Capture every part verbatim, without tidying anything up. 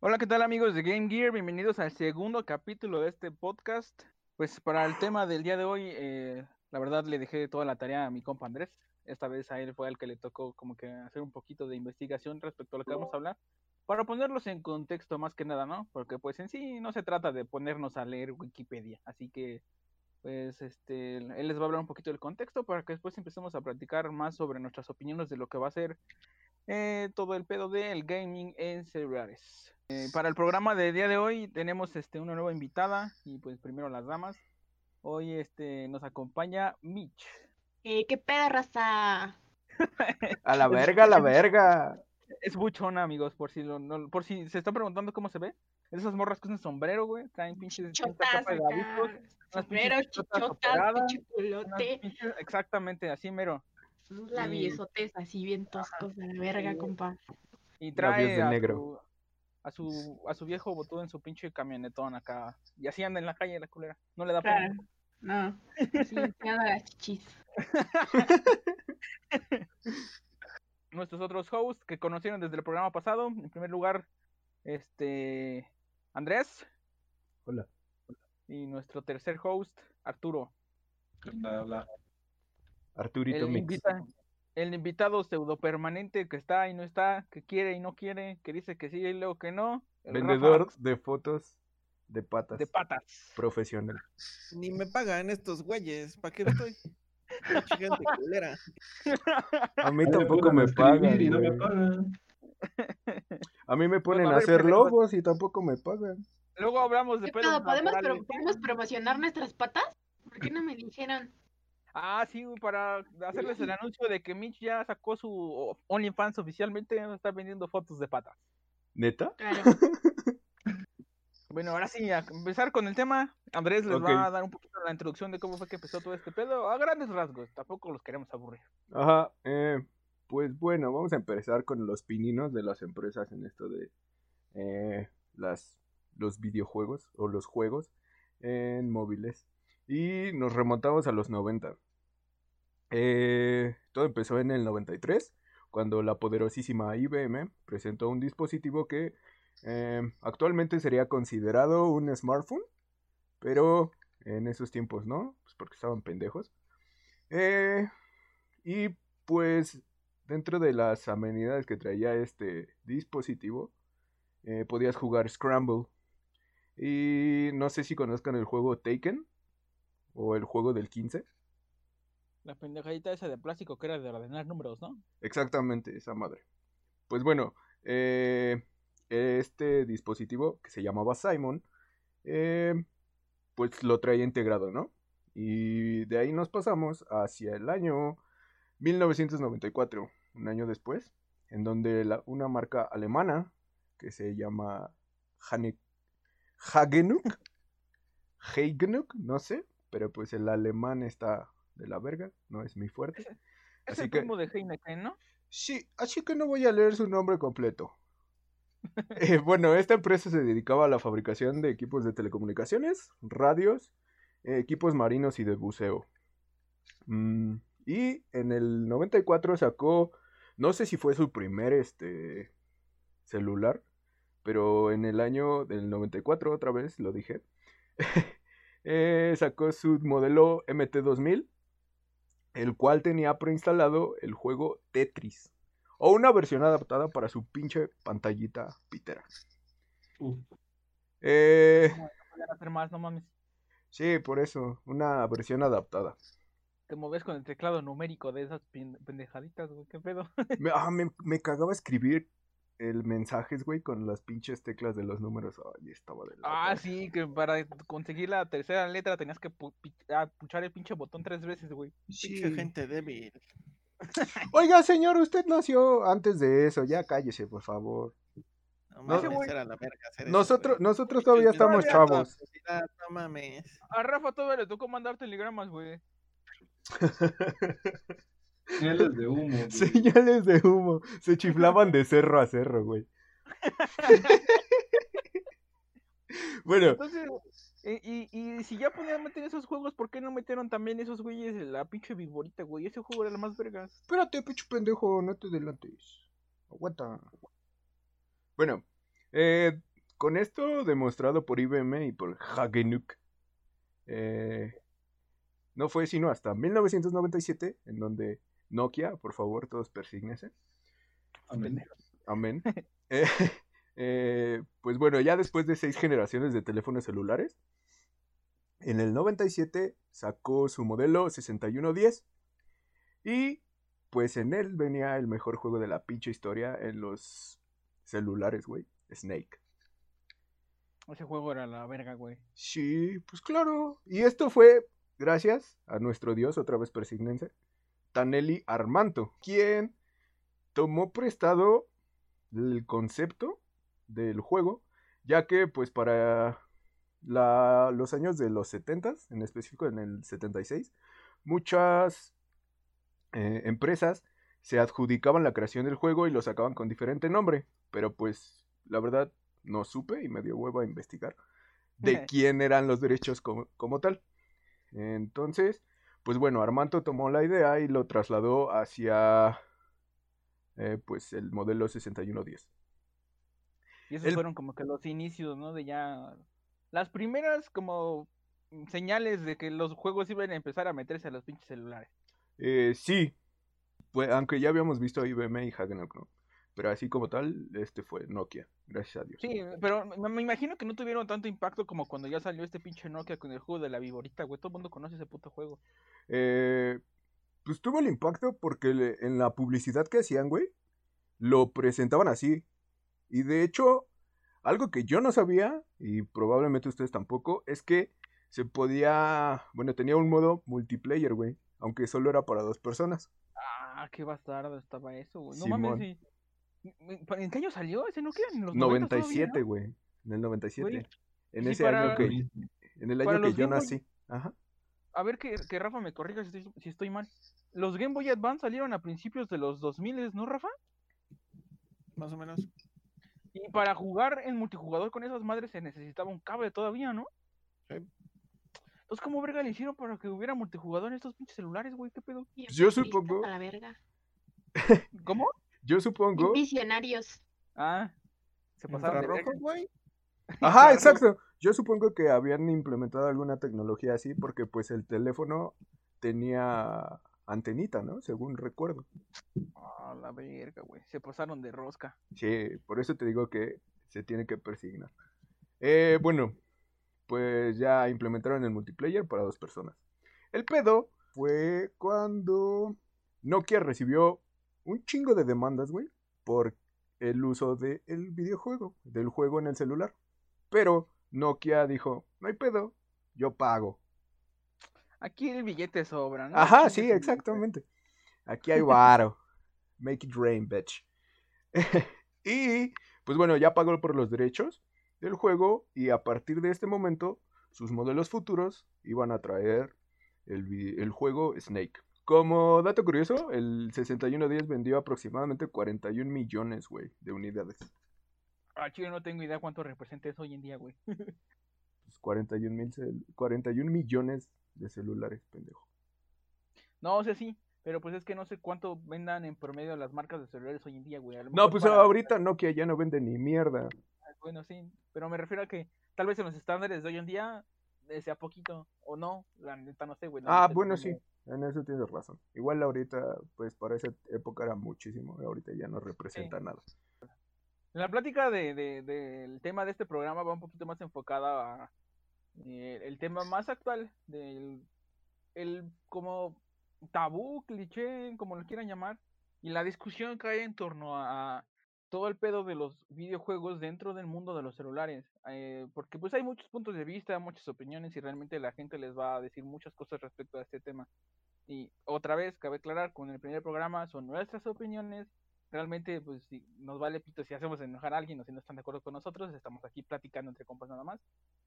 Hola, ¿qué tal amigos de Game Gear? Bienvenidos al segundo capítulo de este podcast. Pues para el tema del día de hoy, eh, la verdad le dejé toda la tarea a mi compa Andrés. Esta vez a él fue el que le tocó como que hacer un poquito de investigación respecto a lo que vamos a hablar, para ponerlos en contexto más que nada, ¿no? Porque pues en sí no se trata de ponernos a leer Wikipedia, así que pues este, él les va a hablar un poquito del contexto para que después empecemos a platicar más sobre nuestras opiniones de lo que va a ser eh, todo el pedo del gaming en celulares. Eh, para el programa de día de hoy tenemos este, una nueva invitada y pues primero las damas. Hoy este, nos acompaña Mitch. Eh, ¿Qué pedo, raza? A la verga, a la verga. Es buchona, amigos, por si, lo, no, por si se están preguntando cómo se ve. Esas morras que usan sombrero, güey, traen pinches esta Chichotas capa de gavitos, acá, unas pinches sombrero, chichotas chichotas, operadas, pinche unas culote, pinches, exactamente, así mero. unos Y, labiosotes así bien toscos de la verga, y, compa. y Labios trae de a negro. su, a su, a su viejo botudo en su pinche camionetón acá. Y así anda en la calle la culera. No le da pena. Claro, no, así enseñando las chichis. Nuestros otros hosts que conocieron desde el programa pasado. En primer lugar, este Andrés. Hola. Y nuestro tercer host, Arturo. Habla. Arturito El, Mix. invita, el invitado pseudo permanente que está y no está, que quiere y no quiere, que dice que sí y luego que no. El Vendedor Rafa de fotos de patas. de patas. Profesional. Ni me pagan estos güeyes, ¿para qué estoy? Pinche gente culera. A mí A mí me tampoco ponen a me escribir pagan, y no me güey. pagan. A mí me Bueno, ponen a a ver, hacer pendejos. logos y tampoco me pagan. Luego hablamos de ¿Qué pedos pedo? ¿Podemos, laborales. pro- ¿Sí? ¿podemos promocionar nuestras patas? ¿Por qué no me dijeron? Ah, sí, güey, para hacerles el anuncio de que Mitch ya sacó su OnlyFans oficialmente, está vendiendo fotos de patas. ¿Neta? Claro. Bueno, ahora sí, a empezar con el tema. Andrés les Ok. va a dar un poquito la introducción de cómo fue que empezó todo este pedo, a grandes rasgos, tampoco los queremos aburrir. Ajá. Eh, pues bueno, vamos a empezar con los pininos de las empresas en esto de eh, las, los videojuegos o los juegos en móviles. Y nos remontamos a los noventa. Eh, todo empezó en el noventa y tres, cuando la poderosísima I B M presentó un dispositivo que eh, actualmente sería considerado un smartphone, pero en esos tiempos no, pues porque estaban pendejos. Eh, y pues dentro de las amenidades que traía este dispositivo, eh, podías jugar Scramble. Y no sé si conozcan el juego Taken o el juego del quince. La pendejadita esa de plástico que era de ordenar números, ¿no? Exactamente, esa madre. Pues bueno, eh, este dispositivo que se llamaba Simon, eh, pues lo traía integrado, ¿no? Y de ahí nos pasamos hacia el año mil novecientos noventa y cuatro, un año después, en donde la, una marca alemana que se llama Hane, Hagenuk, Hagenuk, no sé, pero pues el alemán está de la verga, no es muy fuerte. Es, es Así el que, primo de Heineken, ¿no? sí, así que no voy a leer su nombre completo. Eh, bueno, esta empresa se dedicaba a la fabricación de equipos de telecomunicaciones, radios, eh, equipos marinos y de buceo. Mm, y en el noventa y cuatro sacó, no sé si fue su primer este, celular, pero en el año del noventa y cuatro, otra vez lo dije, eh, sacó su modelo M T dos mil, el cual tenía preinstalado el juego Tetris, o una versión adaptada para su pinche pantallita pitera. Uh, Eh, No, no podían hacer más, no mames. sí, por eso, una versión adaptada. Te moves con el teclado numérico de esas pen- pendejaditas, güey, qué pedo. Me, ah, me, me cagaba escribir el mensajes, güey, con las pinches teclas de los números. Ay, estaba de la Ah, verga. sí, que para conseguir la tercera letra tenías que pu- pi- ah, puchar el pinche botón tres veces, güey. Pinche Sí. gente débil. Oiga, señor, usted nació antes de eso. Ya cállese, por favor. No Ese mames, güey, era la verga hacer eso, Nosotros, güey. nosotros Pinches todavía mensajes estamos todavía- a toda chavos. velocidad, no mames. a Rafa todavía le tocó mandar telegramas, güey. Señales de humo, güey. Señales de humo. Se chiflaban de cerro a cerro, güey. Bueno, Entonces, y, y, y si ya podían meter esos juegos, ¿por qué no metieron también esos güeyes en la pinche viborita, güey? Ese juego era el más vergas. espérate, pinche pendejo, no te adelantes. Aguanta. Bueno, eh, con esto demostrado por I B M y por Hagenuk, eh, no fue sino hasta mil novecientos noventa y siete en donde Nokia, por favor, todos persígnense. Amén. Amén. eh, eh, pues bueno, ya después de seis generaciones de teléfonos celulares, en el noventa y siete sacó su modelo sesenta y uno diez y pues en él venía el mejor juego de la pinche historia en los celulares, güey, Snake. Ese juego era la verga, güey. Sí, pues claro. Y esto fue gracias a nuestro dios, otra vez persígnense, Taneli Armanto, quien tomó prestado el concepto del juego, ya que pues para la, los años de los setentas, en específico en el setenta y seis, muchas eh, empresas se adjudicaban la creación del juego y lo sacaban con diferente nombre, pero pues la verdad no supe y me dio huevo a investigar de quién eran los derechos como, como tal. Entonces, pues bueno, Armanto tomó la idea y lo trasladó hacia eh, pues el modelo sesenta y uno diez. Y esos El- fueron como que los inicios, ¿no? De ya... Las primeras como señales de que los juegos iban a empezar a meterse a los pinches celulares. Eh, sí, pues, aunque ya habíamos visto a I B M y Hagenok, ¿no? Pero así como tal, este fue Nokia, gracias a Dios. Sí, pero me, me imagino que no tuvieron tanto impacto como cuando ya salió este pinche Nokia con el juego de la Viborita, güey. Todo el mundo conoce ese puto juego. Eh, pues tuvo el impacto porque le- en la publicidad que hacían, güey, lo presentaban así. Y de hecho, algo que yo no sabía, y probablemente ustedes tampoco, es que se podía, bueno, tenía un modo multiplayer, güey, aunque solo era para dos personas. Ah, qué bastardo estaba eso, güey. No mames, Simón, sí. ¿En qué año salió ese Nokia? ¿En los noventas noventa y todavía, siete, no? güey, en el noventa y Güey, siete, en y si ese año para, que, en el para año que los yo Game Boy... nací. Ajá. A ver que, que Rafa me corrija si estoy, si estoy mal. Los Game Boy Advance salieron a principios de los dos mil, ¿no, Rafa? Más o menos. Y para jugar en multijugador con esas madres se necesitaba un cable todavía, ¿no? Sí. Entonces, ¿cómo verga le hicieron para que hubiera multijugador en estos pinches celulares, güey? ¿Qué pedo? Bien Pues yo futuristas supongo, a la verga. ¿Cómo? yo Bien supongo. visionarios. Ah, se pasaron de Infrarrojo, verga. güey. Ajá, Claro. exacto. Yo supongo que habían implementado alguna tecnología así porque pues el teléfono tenía antenita, ¿no? Según recuerdo. Ah, la verga, güey. Se pasaron de rosca. Sí, por eso te digo que se tiene que persignar. Eh, bueno, pues ya implementaron el multiplayer para dos personas. El pedo fue cuando Nokia recibió un chingo de demandas, güey, por el uso del videojuego, del juego en el celular. Pero Nokia dijo, no hay pedo, yo pago. Aquí el billete sobra, ¿no? Ajá, Chingue sí, su madre. exactamente. Aquí hay varo. Make it rain, bitch. Y, pues bueno, ya pagó por los derechos del juego y a partir de este momento, sus modelos futuros iban a traer el, vi- el juego Snake. Como dato curioso, el sesenta y uno diez vendió aproximadamente cuarenta y un millones, güey, de unidades. Ah, chido, no tengo idea cuánto representa eso hoy en día, güey. Pues cuarenta y un mil cel- cuarenta y un millones de celulares, pendejo. No, o sea, sí, pero pues es que no sé cuánto vendan en promedio las marcas de celulares hoy en día, güey. A lo No, mejor pues para... ahorita Nokia ya no vende ni mierda. Bueno, sí, pero me refiero a que tal vez en los estándares de hoy en día eh, sea poquito, o no, la neta no sé, güey. Ah, neta, bueno, no- sí, en eso tienes razón. Igual ahorita, pues para esa época era muchísimo, y ahorita ya no Sí. representa nada. La plática de, de- del tema de este programa va un poquito más enfocada a eh, el tema más actual del el como tabú, cliché, como lo quieran llamar, y la discusión que hay en torno a todo el pedo de los videojuegos dentro del mundo de los celulares, eh, porque pues hay muchos puntos de vista, muchas opiniones y realmente la gente les va a decir muchas cosas respecto a este tema. Y otra vez, cabe aclarar, con el primer programa son nuestras opiniones. Realmente, pues, si nos vale pito si hacemos enojar a alguien o si no están de acuerdo con nosotros, estamos aquí platicando entre compas nada más.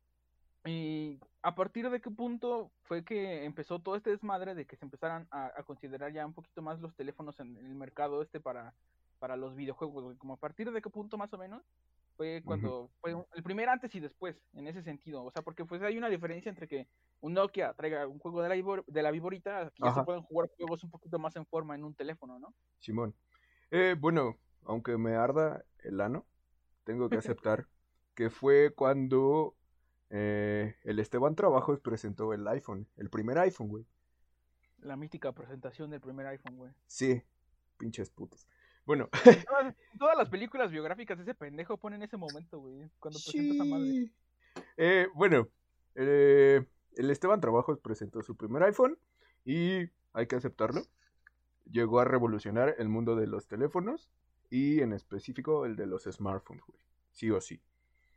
Y a partir de qué punto fue que empezó todo este desmadre de que se empezaran a, a considerar ya un poquito más los teléfonos en, en el mercado este para, para los videojuegos, güey. Como a partir de qué punto más o menos fue Ujú. cuando fue un- el primer antes y después en ese sentido. O sea, porque pues hay una diferencia entre que un Nokia traiga un juego de la, Vibor- de la Viborita, que ya se Ajá, pueden jugar juegos un poquito más en forma en un teléfono, ¿no? Simón. Eh, bueno, aunque me arda el ano, tengo que aceptar que fue cuando eh, el Esteban Trabajos presentó el iPhone, el primer iPhone, güey. La mítica presentación del primer iPhone, güey. Sí, pinches putos. Bueno. En todas, en todas las películas biográficas de ese pendejo ponen ese momento, güey, cuando Sí. presenta esa madre. Eh, bueno, eh, el Esteban Trabajos presentó su primer iPhone y hay que aceptarlo. Llegó a revolucionar el mundo de los teléfonos y en específico el de los smartphones, güey. Sí o sí.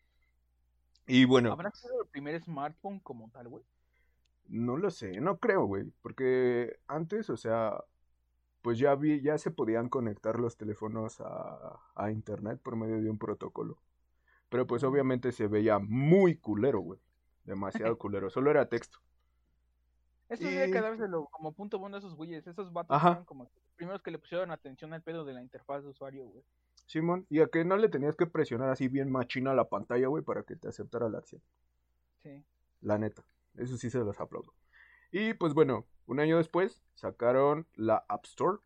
Y bueno. ¿Habrá sido el primer smartphone como tal, güey? No lo sé, no creo, güey. Porque antes, o sea, pues ya vi, ya se podían conectar los teléfonos a, a internet por medio de un protocolo. Pero pues Ujú. obviamente se veía muy culero, güey. Demasiado culero. Solo era texto. Eso Y- debe quedárselo como punto bueno a esos güeyes. Esos vatos Ajá. fueron como los primeros que le pusieron atención al pedo de la interfaz de usuario, güey. Simón, y a que no le tenías que presionar así bien machina a la pantalla, güey, para que te aceptara la acción. Sí. La neta. Eso sí se los aplaudo. Y pues bueno, un año después sacaron la App Store,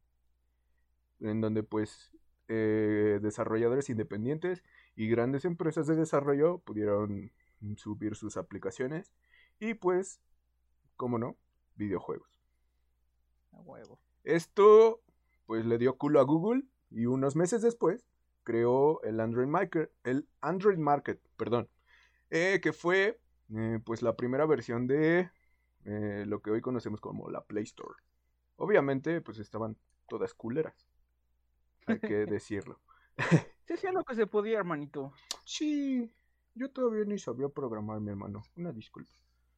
en donde pues eh, desarrolladores independientes y grandes empresas de desarrollo pudieron subir sus aplicaciones y pues, cómo no, videojuegos. A huevo. Esto pues le dio culo a Google y unos meses después creó el Android Market, el Android Market, perdón, eh, que fue eh, pues la primera versión de eh, lo que hoy conocemos como la Play Store. Obviamente pues estaban todas culeras, hay que decirlo. Sí, hacía lo que se podía, hermanito. Sí, yo todavía ni sabía programar, mi hermano, una disculpa.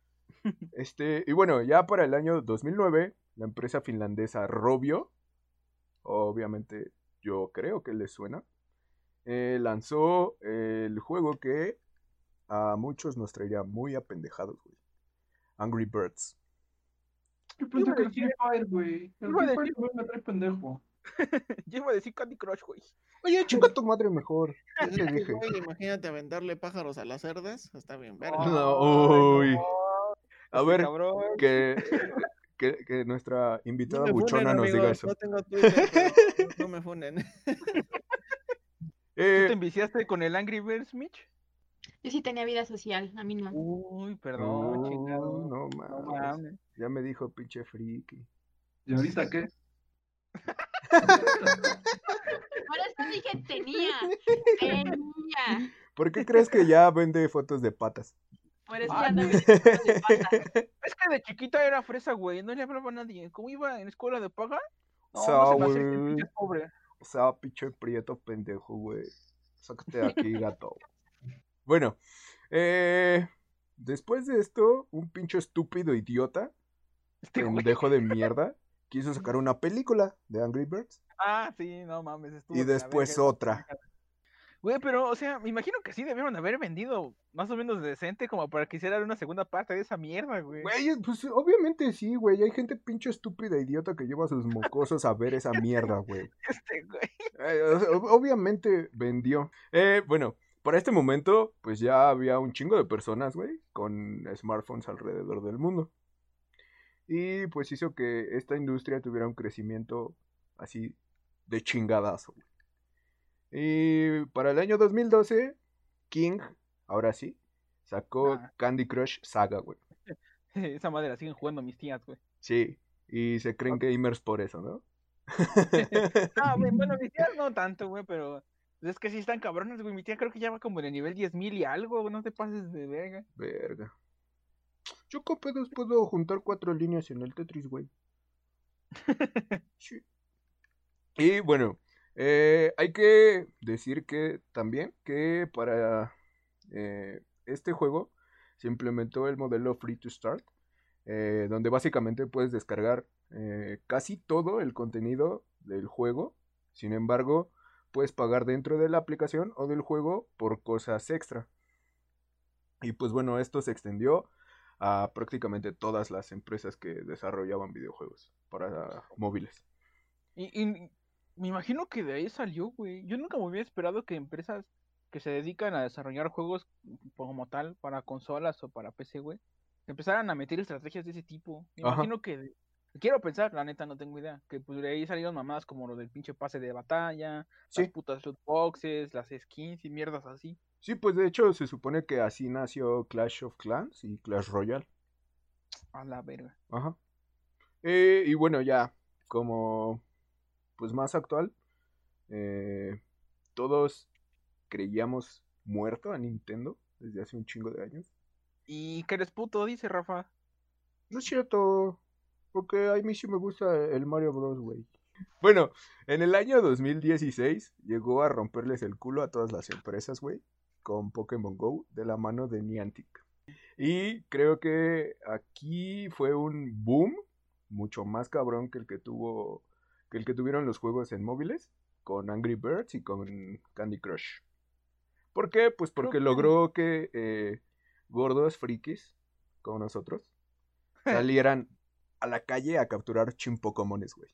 Este, y bueno, ya para el año dos mil nueve, la empresa finlandesa Rovio, obviamente yo creo que les suena, eh, lanzó el juego que a muchos nos traería muy apendejados, güey. Angry Birds. Yo Iba pensé a que el decir- Free Fire, güey. El iba a Free Fire decir- también me trae pendejo. Yo iba a decir Candy Crush, güey. Oye, chica tu madre mejor. Ya Es te que, dije. güey, imagínate aventarle pájaros a las cerdas. Está bien, verga. No, Ay, uy. no. A Ese ver, cabrón. que, que, que nuestra No invitada me buchona funen, nos diga amigos. eso. No tengo Twitter, pero no, no me funen. ¿Tú Eh, te enviciaste con el Angry Birds, Mitch? Yo sí tenía vida social, a mí no. Uy, perdón, no, chingado. no No mames. mames. Ya me dijo pinche friki. ¿Y ahorita qué? Por eso dije tenía. Tenía. ¿Por qué crees que ya vende fotos de patas? Por eso Ah, ya ando no. viendo fotos de patas. Es que de chiquita era fresa, güey. No le hablaba a nadie. ¿Cómo iba en escuela de paga? No, Sa, no se me hace que el güey. pinche es pobre. Sa, pinche prieto pendejo, güey. Sácate de aquí, gato. Bueno, eh, después de esto, un pinche estúpido idiota, Este güey. pendejo de mierda, quiso sacar una película de Angry Birds Ah, sí, no mames. Estuvo y de la después verga esa otra. pendejada. Güey, pero, o sea, me imagino que sí debieron haber vendido más o menos decente como para que hicieran una segunda parte de esa mierda, güey. Güey, pues obviamente sí, güey. Hay gente pinche estúpida e idiota que lleva a sus mocosos a ver esa mierda, güey. Este güey. Eh, o sea, ob- obviamente vendió. Eh, bueno, para este momento, pues ya había un chingo de personas, güey, con smartphones alrededor del mundo. Y pues hizo que esta industria tuviera un crecimiento así de chingadazo, güey. Y para el año dos mil doce, King, ahora sí, sacó Ah. Candy Crush Saga, güey. Esa madre la siguen jugando mis tías, güey. Sí, y se creen gamers por eso, ¿no? Ah, güey, bueno, mis tías no tanto, güey, pero es que sí están cabrones, güey. Mi tía creo que ya va como en el nivel diez mil y algo, güey, no te pases de verga. Verga. Yo con pedos puedo juntar cuatro líneas en el Tetris, güey. Sí. Y bueno, eh, hay que decir que también que para eh, este juego se implementó el modelo Free to Start, eh, donde básicamente puedes descargar eh, casi todo el contenido del juego. Sin embargo, puedes pagar dentro de la aplicación o del juego por cosas extra. Y pues bueno, esto se extendió a prácticamente todas las empresas que desarrollaban videojuegos para móviles. Y, y me imagino que de ahí salió, güey. Yo nunca me hubiera esperado que empresas que se dedican a desarrollar juegos como tal para consolas o para P C, güey, empezaran a meter estrategias de ese tipo. Me Ajá. imagino que, quiero pensar, la neta no tengo idea, que pues de ahí salieron mamadas como lo del pinche pase de batalla, Sí. las putas loot boxes, las skins y mierdas así. Sí, pues de hecho se supone que así nació Clash of Clans y Clash Royale. A la verga. Ajá. Eh, y bueno, ya, como pues más actual, eh, todos creíamos muerto a Nintendo desde hace un chingo de años. ¿Y que eres puto? Dice Rafa. No es cierto, porque a mí sí me gusta el Mario Bros, güey. Bueno, en el año dos mil dieciséis llegó a romperles el culo a todas las empresas, güey, con Pokémon Go de la mano de Niantic. Y creo que aquí fue un boom mucho más cabrón que el que tuvo que el que tuvieron los juegos en móviles con Angry Birds y con Candy Crush. ¿Por qué? Pues Creo porque que logró que eh, gordos frikis como nosotros salieran a la calle a capturar chimpocomones, güey.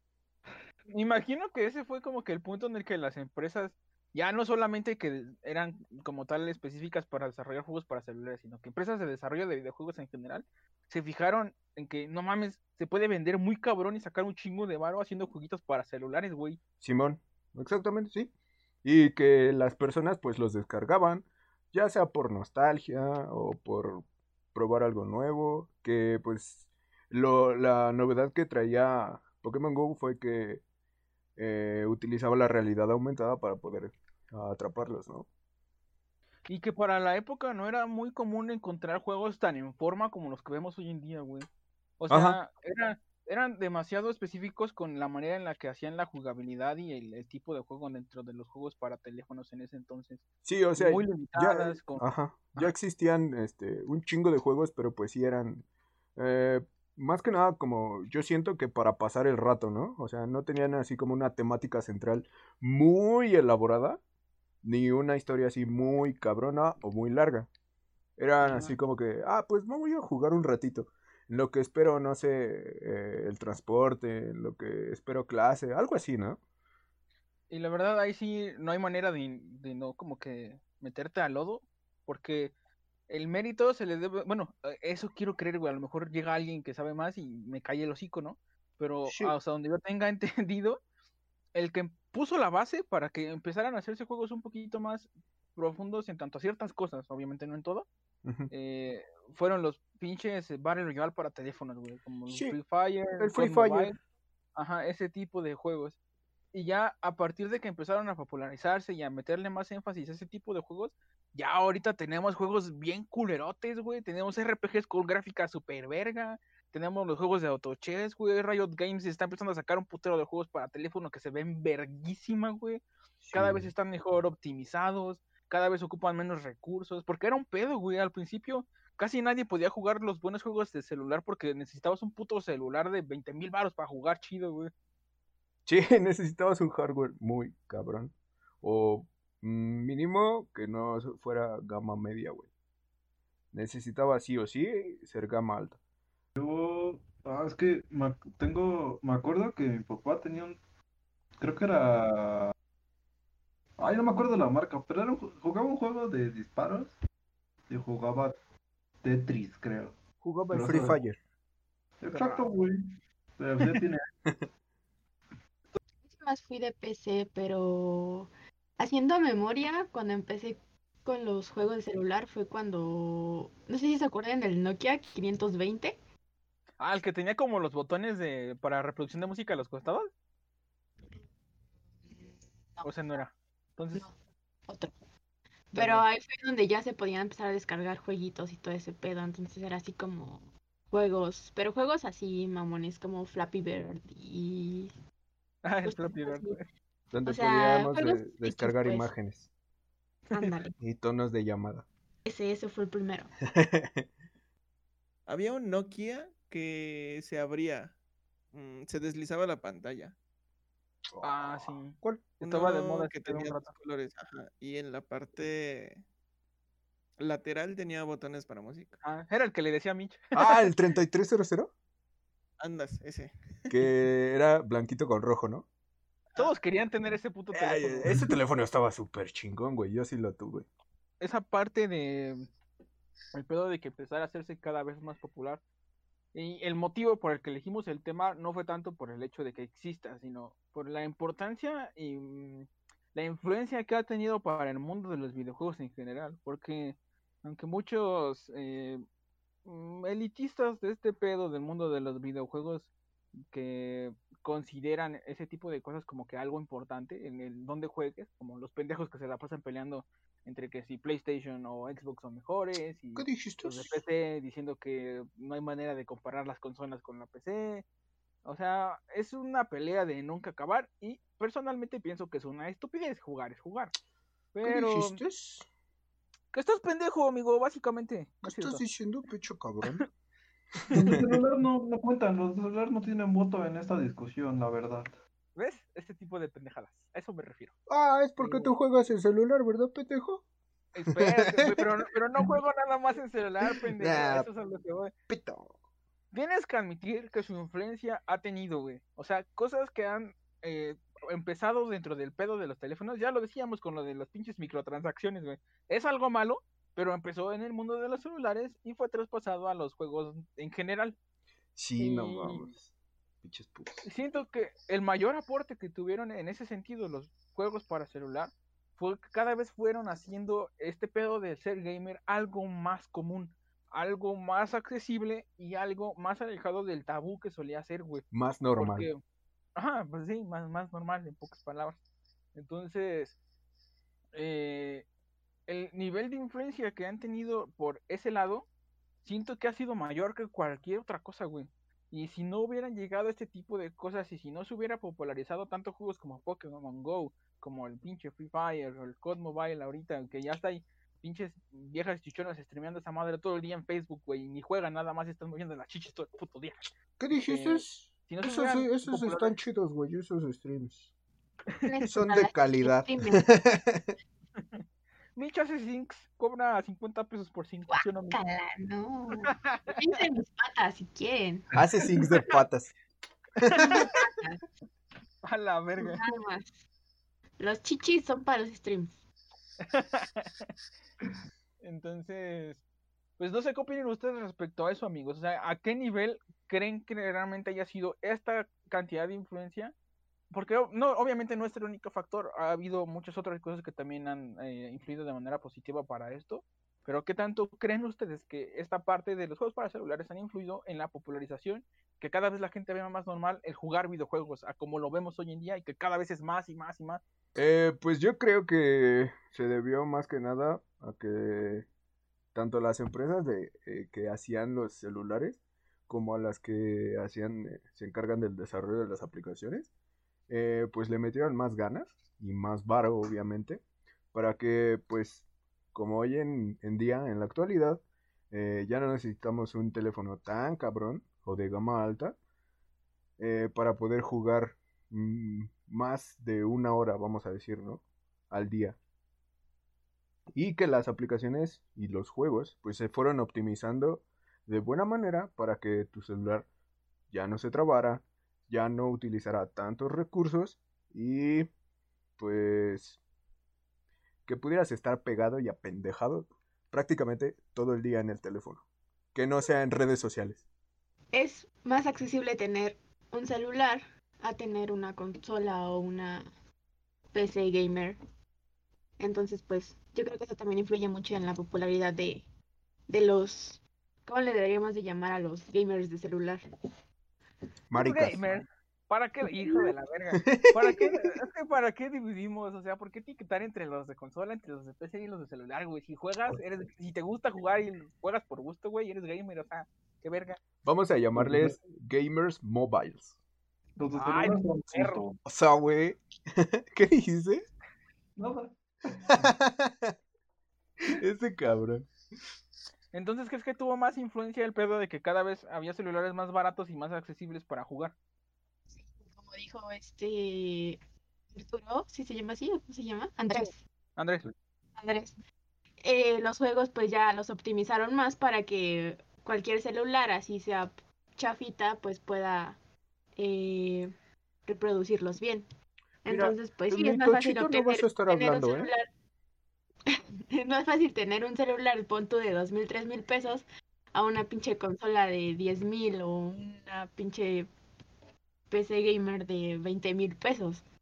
me imagino que ese fue como que el punto en el que las empresas ya no solamente que eran como tal específicas para desarrollar juegos para celulares, sino que empresas de desarrollo de videojuegos en general se fijaron en que no mames, se puede vender muy cabrón y sacar un chingo de varo haciendo jueguitos para celulares, güey. Simón, exactamente, sí. Y que las personas pues los descargaban, ya sea por nostalgia o por probar algo nuevo, que pues lo, la novedad que traía Pokémon Go fue que eh, utilizaba la realidad aumentada para poder atraparlos, ¿no? Y que para la época no era muy común encontrar juegos tan en forma como los que vemos hoy en día, güey. O Ajá, sea, era, eran demasiado específicos con la manera en la que hacían la jugabilidad y el, el tipo de juego dentro de los juegos para teléfonos en ese entonces. sí, o sea, Muy ya, limitadas, con... ajá, ya Ajá. existían este, un chingo de juegos, pero pues sí eran, eh, más que nada como, yo siento que para pasar el rato, ¿no? O sea, no tenían así como una temática central muy elaborada, ni una historia así muy cabrona o muy larga. Eran Ajá. así como que, ah, pues me voy a jugar un ratito. En lo que espero, no sé, eh, el transporte, en lo que espero clase, algo así, ¿no? Y la verdad ahí sí no hay manera de, de no como que meterte al lodo, porque el mérito se le debe, bueno, eh, eso quiero creer, güey, a lo mejor llega alguien que sabe más y me cae el hocico, ¿no? Pero Sí, hasta donde yo tenga entendido, el que puso la base para que empezaran a hacerse juegos un poquito más profundos en tanto a ciertas cosas, obviamente no en todo, ujú. eh, fueron los pinches eh, Battle Royale para teléfonos, güey, como el Sí, Free Fire, el C O Free D Fire. Mobile, ajá, ese tipo de juegos. Y ya a partir de que empezaron a popularizarse y a meterle más énfasis a ese tipo de juegos, ya ahorita tenemos juegos bien culerotes, güey. Tenemos R P Gs con gráfica super verga. Tenemos los juegos de autochess, güey. Riot Games está empezando a sacar un putero de juegos para teléfono que se ven verguísima, güey. Cada vez Sí. están mejor optimizados, cada vez ocupan menos recursos, porque era un pedo, güey. Al principio casi nadie podía jugar los buenos juegos de celular porque necesitabas un puto celular de veinte mil baros para jugar chido, güey. Sí, necesitabas un hardware muy cabrón. O mm, mínimo que no fuera gama media, güey. Necesitaba sí o sí ser gama alta. Yo, ah, es que me, ac- tengo, me acuerdo que mi papá tenía un, creo que era, ay, no me acuerdo la marca, pero era un ju- jugaba un juego de disparos y jugaba Tetris, creo. Jugaba el Pero, o Free sea, Fire. exacto, güey. Pero ya tiene, Más fui de P C, pero haciendo memoria, cuando empecé con los juegos de celular fue cuando, no sé si se acuerdan del Nokia quinientos veinte. Ah, el que tenía como los botones de para reproducción de música a los costados. No, O sea, no era. Entonces, no, otro. ¿cuál Pero era? ahí fue donde ya se podían empezar a descargar jueguitos y todo ese pedo, entonces era así como juegos, pero juegos así mamones como Flappy Bird y Ah, el cosas Flappy Bird, así. güey. O Donde sea, podíamos juegos de- X descargar pues, imágenes ándale. y tonos de llamada. Ese, ese fue el primero. Había un Nokia que se abría, mm, se deslizaba la pantalla. Ah, sí. ¿Cuál? Estaba de Uno moda ese que pedo un tenía dos rato. colores, ajá, y en la parte lateral tenía botones para música. Ah, era el que le decía a Mitch. Ah, el treinta y tres cero cero. Andas, ese. Que era blanquito con rojo, ¿no? Todos querían tener ese puto Ay, teléfono, güey. ese teléfono estaba súper chingón, güey. Yo sí lo tuve. Esa parte de el pedo de que empezara a hacerse cada vez más popular. Y el motivo por el que elegimos el tema no fue tanto por el hecho de que exista, sino por la importancia y mm, la influencia que ha tenido para el mundo de los videojuegos en general, porque aunque muchos eh, mm, elitistas de este pedo del mundo de los videojuegos que consideran ese tipo de cosas como que algo importante en el donde juegues, como los pendejos que se la pasan peleando entre que si PlayStation o Xbox son mejores y ¿Qué dijiste? los de P C diciendo que no hay manera de comparar las consolas con la P C. O sea, es una pelea de nunca acabar y personalmente pienso que es una estupidez. Jugar es jugar. ¿Qué Pero dijiste? que estás pendejo, amigo, básicamente. ¿Qué No es estás cierto. diciendo, pecho cabrón? Los de celular no, no cuentan, los de celular no tienen voto en esta discusión, la verdad. ¿Ves? Este tipo de pendejadas. A eso me refiero. Ah, es porque Eh, tú juegas en celular, ¿verdad, pendejo? Espérate, güey, pero, no- pero no juego nada más en celular, pendejo. Nah, Eso es a lo que voy. pito. Tienes que admitir que su influencia ha tenido, güey. O sea, cosas que han eh, empezado dentro del pedo de los teléfonos. Ya lo decíamos con lo de las pinches microtransacciones, güey. Es algo malo, pero empezó en el mundo de los celulares y fue traspasado a los juegos en general. Sí, no Y vamos. Pinches putos. siento que el mayor aporte que tuvieron en ese sentido los juegos para celular fue que cada vez fueron haciendo este pedo de ser gamer algo más común, algo más accesible y algo más alejado del tabú que solía ser, güey. Más normal. Porque, ajá, pues sí, más, más normal en pocas palabras. Entonces, eh, el nivel de influencia que han tenido por ese lado, siento que ha sido mayor que cualquier otra cosa, güey. Y si no hubieran llegado a este tipo de cosas y si no se hubiera popularizado tanto juegos como Pokémon Go, como el pinche Free Fire o el C O D Mobile ahorita, que ya está ahí, pinches viejas chichonas streameando esa madre todo el día en Facebook, güey, y ni juegan nada más, están moviendo las chichis todo el puto día. ¿Qué dijiste? Eh, si no se esos hubieran esos popularizado- están chidos, güey, esos streams. Les Son a de las calidad. streamers. Mitch hace Zinx, cobra cincuenta pesos por Zinx, ¿sí o no, Mitch? Cala, no. Piensen mis patas si quieren. Hace sinks de patas. A la verga. Nada más. Los chichis son para los streams. Entonces, pues no sé qué opinan ustedes respecto a eso, amigos. O sea, ¿a qué nivel creen que realmente haya sido esta cantidad de influencia? Porque o- no, obviamente no es el único factor. Ha habido muchas otras cosas que también han eh, influido de manera positiva para esto. Pero ¿qué tanto creen ustedes que esta parte de los juegos para celulares han influido en la popularización? Que cada vez la gente vea más normal el jugar videojuegos a como lo vemos hoy en día y que cada vez es más y más y más. Eh, pues yo creo que se debió más que nada a que tanto las empresas de, eh, que hacían los celulares como a las que hacían, eh, se encargan del desarrollo de las aplicaciones, eh, pues le metieron más ganas y más varo, obviamente, para que, pues, como hoy en, en día, en la actualidad, eh, ya no necesitamos un teléfono tan cabrón o de gama alta eh, para poder jugar mm, más de una hora, vamos a decir, ¿no? Al día. Y que las aplicaciones y los juegos pues se fueron optimizando de buena manera para que tu celular ya no se trabara, ya no utilizara tantos recursos y pues que pudieras estar pegado y apendejado prácticamente todo el día en el teléfono, que no sea en redes sociales. Es más accesible tener un celular a tener una consola o una P C gamer. Entonces, pues, yo creo que eso también influye mucho en la popularidad de, de los, ¿cómo le deberíamos de llamar a los gamers de celular? Maricas. Gamer, ¿para qué, hijo de la verga? ¿Para qué, es que para qué dividimos? O sea, ¿por qué etiquetar entre los de consola, entre los de P C y los de celular, güey? Si juegas, eres, si te gusta jugar y juegas por gusto, güey, eres gamer, o sea, qué verga. Vamos a llamarles gamers mobiles. Los de Ay, celular son perro. punto. O sea, güey, ¿qué dijiste? Nada. Ese cabrón. Entonces, ¿crees que tuvo más influencia el pedo de que cada vez había celulares más baratos y más accesibles para jugar? Como dijo este Arturo, ¿sí se llama así o cómo se llama? Andrés. Andrés. Andrés. Eh, los juegos pues ya los optimizaron más para que cualquier celular, así sea chafita, pues pueda eh, reproducirlos bien. Mira, Entonces, pues en sí, mi es más fácil tochito no obtener, vas a estar tener un hablando, ¿eh? celular. Es más fácil tener un celular, pon tú de dos mil, tres mil pesos, a una pinche consola de diez mil o una pinche P C gamer de veinte mil pesos.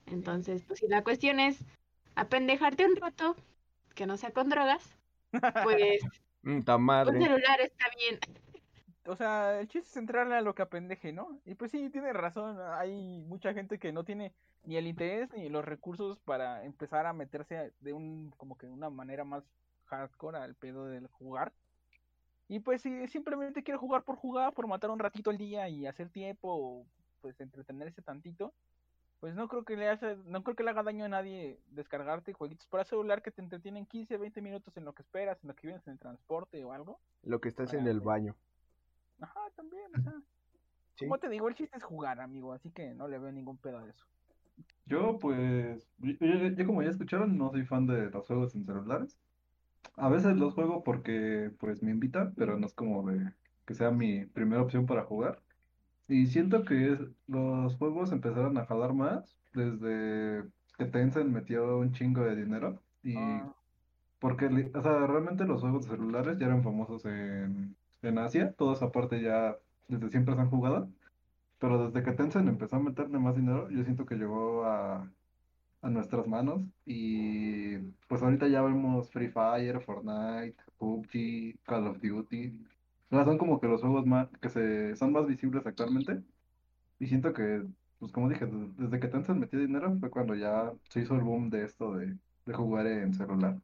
Entonces, pues si la cuestión es apendejarte un rato, que no sea con drogas, pues Mm, ta un madre. celular está bien. O sea, el chiste es entrarle a lo que apendeje, ¿no? Y pues sí, tiene razón. Hay mucha gente que no tiene ni el interés ni los recursos para empezar a meterse de un, como que una manera más hardcore al pedo del jugar. Y pues si simplemente quiere jugar por jugar, por matar un ratito al día y hacer tiempo, o pues entretenerse tantito, pues no creo que le hace, no creo que le haga daño a nadie descargarte jueguitos para celular que te entretienen quince, veinte minutos en lo que esperas, en lo que vienes en el transporte o algo. Lo que estás en Para el pues, baño. ajá, también, o sea. Sí. Como te digo, el chiste es jugar, amigo, así que no le veo ningún pedo a eso. Yo, pues, yo, yo- yo como ya escucharon, no soy fan de los juegos en celulares. A veces los juego porque, pues, me invitan, pero no es como de que sea mi primera opción para jugar. Y siento que es- los juegos empezaron a jalar más desde que Tencent metió un chingo de dinero. Y Ah, porque, li- o sea, realmente los juegos de celulares ya eran famosos en, en Asia. Todos aparte ya desde siempre se han jugado. Pero desde que Tencent empezó a meterle más dinero, yo siento que llegó a, a nuestras manos. Y pues ahorita ya vemos Free Fire, Fortnite, P U B G, Call of Duty. O sea, son como que los juegos más que se, son más visibles actualmente. Y siento que, pues como dije, des- desde que Tencent metió dinero fue cuando ya se hizo el boom de esto de, de jugar en celular.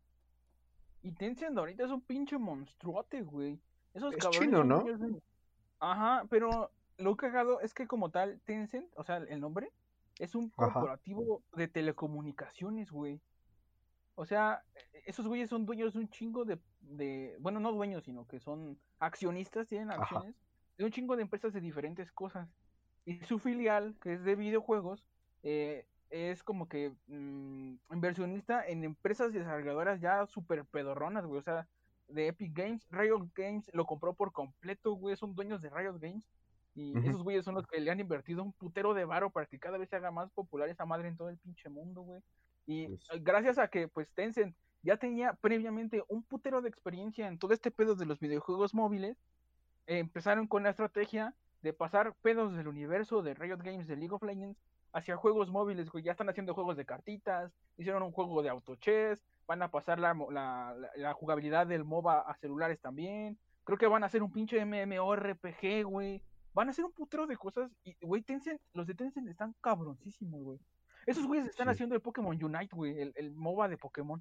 y Tencent ahorita es un pinche monstruote, güey. Esos Es cabrones chino, son ¿no? dueños de... Ajá, pero lo cagado es que como tal, Tencent, o sea, el nombre, es un Ajá. corporativo de telecomunicaciones, güey. O sea, e- esos güeyes son dueños de un chingo de, de, bueno, no dueños, sino que son accionistas, tienen Ajá. acciones de un chingo de empresas de diferentes cosas. Y su filial, que es de videojuegos, eh, es como que mm, inversionista en empresas desarrolladoras ya súper pedorronas, güey. O sea, de Epic Games, Riot Games lo compró por completo, güey. Son dueños de Riot Games. Y Ujú. esos güeyes son los que le han invertido un putero de varo para que cada vez se haga más popular esa madre en todo el pinche mundo, güey. Y eh, Pues, gracias a que, pues, Tencent ya tenía previamente un putero de experiencia en todo este pedo de los videojuegos móviles, eh, empezaron con la estrategia de pasar pedos del universo de Riot Games, de League of Legends, hacia juegos móviles, güey. Ya están haciendo juegos de cartitas, hicieron un juego de auto chess, van a pasar la, la, la, la jugabilidad del MOBA a celulares también. Creo que van a hacer un pinche MMORPG, güey. Van a hacer un putero de cosas. Y, güey, Tencent, los de Tencent están cabroncísimos, güey. Esos güeyes están sí. haciendo el Pokémon Unite, güey, el, el MOBA de Pokémon.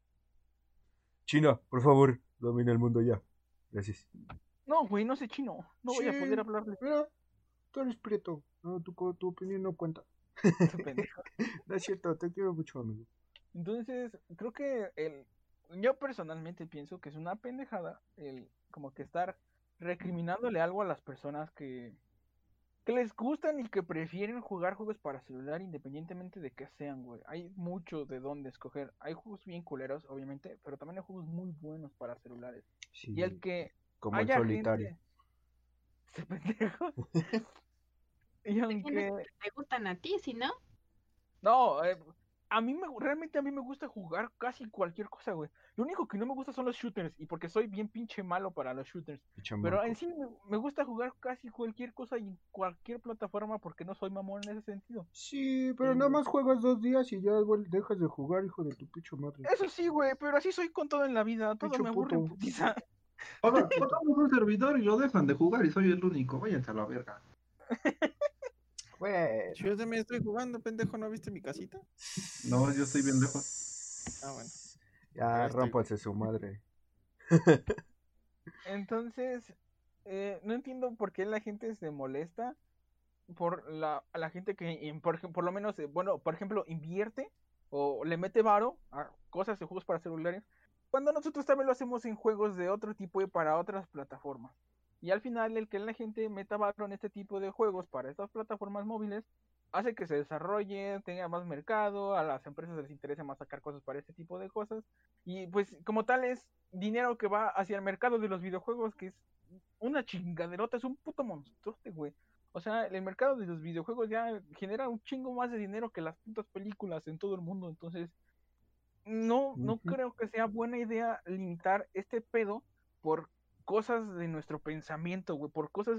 China, por favor, domina el mundo ya. Gracias. No, güey, no sé chino. No voy a poder Sí, hablarle. mira, tú eres prieto. No, tu, co- tu opinión no cuenta. Ese pendejo. No es cierto, te quiero mucho, amigo. Entonces, creo que el, yo personalmente pienso que es una pendejada el como que estar recriminándole algo a las personas que, que les gustan y que prefieren jugar juegos para celular independientemente de que sean, güey. Hay mucho de dónde escoger. Hay juegos bien culeros, obviamente, pero también hay juegos muy buenos para celulares. Y el Sí, que como el haya solitario. gente, ese pendejo, y Tienes aunque que te gustan a ti, si no, no, eh, a mí me, realmente a mí me gusta jugar casi cualquier cosa, güey. Lo único que no me gusta son los shooters, y porque soy bien pinche malo para los shooters. Pero en Chamaco. sí me, me gusta jugar casi cualquier cosa y en cualquier plataforma porque no soy mamón en ese sentido. Sí, pero nada Y más juegas dos días y ya vuel- dejas de jugar, hijo de tu picho madre. eso sí, güey, pero así soy con todo en la vida, todo Picho me aburre en puto. putiza. Picho Paga- puto. Pagamos un servidor y lo dejan de jugar y soy el único. Váyanse a la verga. Bueno. Yo también estoy jugando, pendejo, ¿no viste mi casita? No, yo estoy bien lejos. Ah, bueno. Yo Ya, estoy bien. rómpanse su madre. Entonces, eh, no entiendo por qué la gente se molesta por la, a la gente que, en- por, ej- por lo menos, eh, bueno, por ejemplo, invierte o le mete varo a cosas de juegos para celulares, cuando nosotros también lo hacemos en juegos de otro tipo y para otras plataformas. Y al final, el que la gente meta varo en este tipo de juegos para estas plataformas móviles hace que se desarrolle, tenga más mercado, a las empresas les interesa más sacar cosas para este tipo de cosas. Y pues, como tal, es dinero que va hacia el mercado de los videojuegos, que es una chingaderota, es un puto monstruote, güey. O sea, el mercado de los videojuegos ya genera un chingo más de dinero que las putas películas en todo el mundo. Entonces, no, no Ujú. creo que sea buena idea limitar este pedo por cosas de nuestro pensamiento, güey, por cosas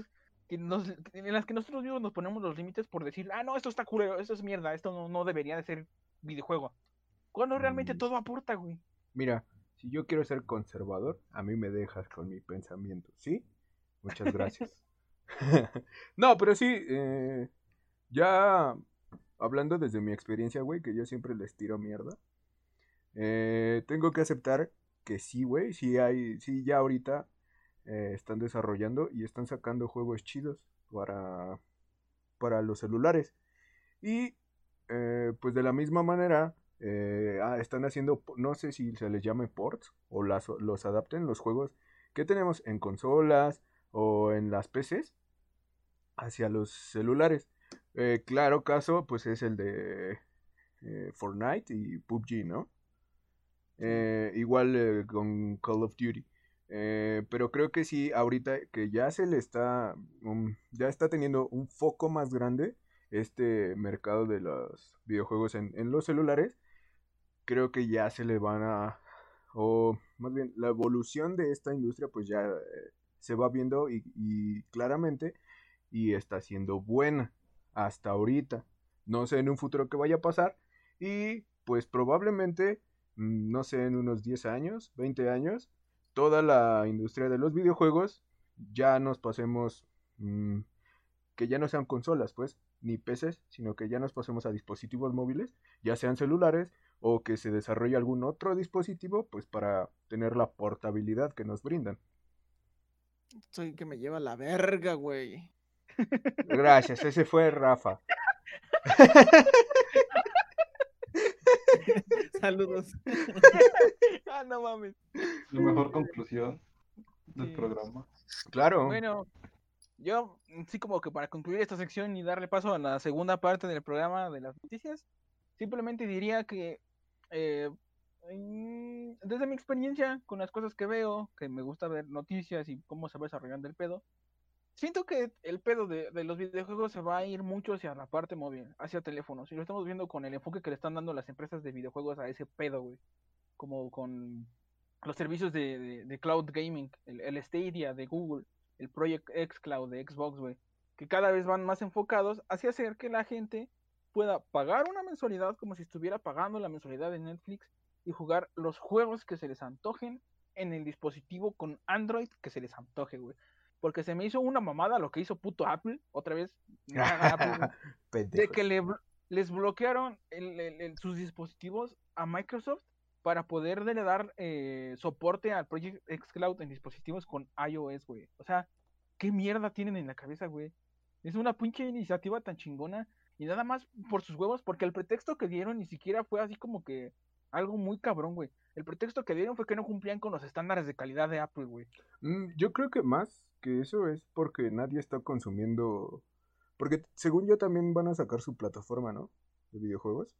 que nos, en las que nosotros mismos nos ponemos los límites por decir, ah, no, esto está culero, esto es mierda, esto no, no debería de ser videojuego. Cuando realmente Mm, todo aporta, güey. Mira, si yo quiero ser conservador, a mí me dejas con mi pensamiento, ¿sí? Muchas gracias. No, pero sí, eh, ya hablando desde mi experiencia, güey, que yo siempre les tiro mierda. Eh, tengo que aceptar que sí, güey, sí hay, sí ya ahorita eh, están desarrollando y están sacando juegos chidos para, para los celulares. Y eh, pues de la misma manera eh, ah, están haciendo, no sé si se les llame ports o las, los adapten los juegos que tenemos en consolas o en las P Cs hacia los celulares. Eh, claro caso, pues es el de eh, Fortnite y P U B G, ¿no? Eh, igual eh, con Call of Duty. Eh, pero creo que sí, ahorita que ya se le está, um, ya está teniendo un foco más grande este mercado de los videojuegos en, en los celulares, creo que ya se le van a, o más bien, la evolución de esta industria pues ya eh, se va viendo y, y claramente y está siendo buena hasta ahorita. No sé en un futuro qué vaya a pasar y pues probablemente, mm, no sé, en unos diez años, veinte años, toda la industria de los videojuegos ya nos pasemos, mm, que ya no sean consolas, pues, ni P Cs, sino que ya nos pasemos a dispositivos móviles, ya sean celulares o que se desarrolle algún otro dispositivo, pues para tener la portabilidad que nos brindan. Soy que me lleva la verga, güey. Gracias, ese fue Rafa. Saludos. Ah, no mames. La mejor conclusión del Sí. programa. Claro. Bueno, yo mm, sí como que para concluir esta sección y darle paso a la segunda parte del programa de las noticias, simplemente diría que eh, mm, desde mi experiencia con las cosas que veo, que me gusta ver noticias y cómo se va desarrollando el pedo, siento que el pedo de, de los videojuegos se va a ir mucho hacia la parte móvil, hacia teléfonos, y lo estamos viendo con el enfoque que le están dando las empresas de videojuegos a ese pedo, güey, como con los servicios de, de, de cloud gaming, el, el Stadia de Google, el Project X Cloud de Xbox, güey, que cada vez van más enfocados hacia hacer que la gente pueda pagar una mensualidad como si estuviera pagando la mensualidad de Netflix y jugar los juegos que se les antojen en el dispositivo con Android que se les antoje, güey. Porque se me hizo una mamada lo que hizo puto Apple, otra vez, me caga Apple, güey, de Pendejos. que le, les bloquearon el, el, el, sus dispositivos a Microsoft para poderle dar eh, soporte al Project X Cloud en dispositivos con iOS, güey. O sea, ¿qué mierda tienen en la cabeza, güey? Es una pinche iniciativa tan chingona y nada más por sus huevos, porque el pretexto que dieron ni siquiera fue así como que algo muy cabrón, güey. El pretexto que dieron fue que no cumplían con los estándares de calidad de Apple, güey. Mm, yo creo que más que eso es porque nadie está consumiendo. Porque según yo también van a sacar su plataforma, ¿no? De videojuegos.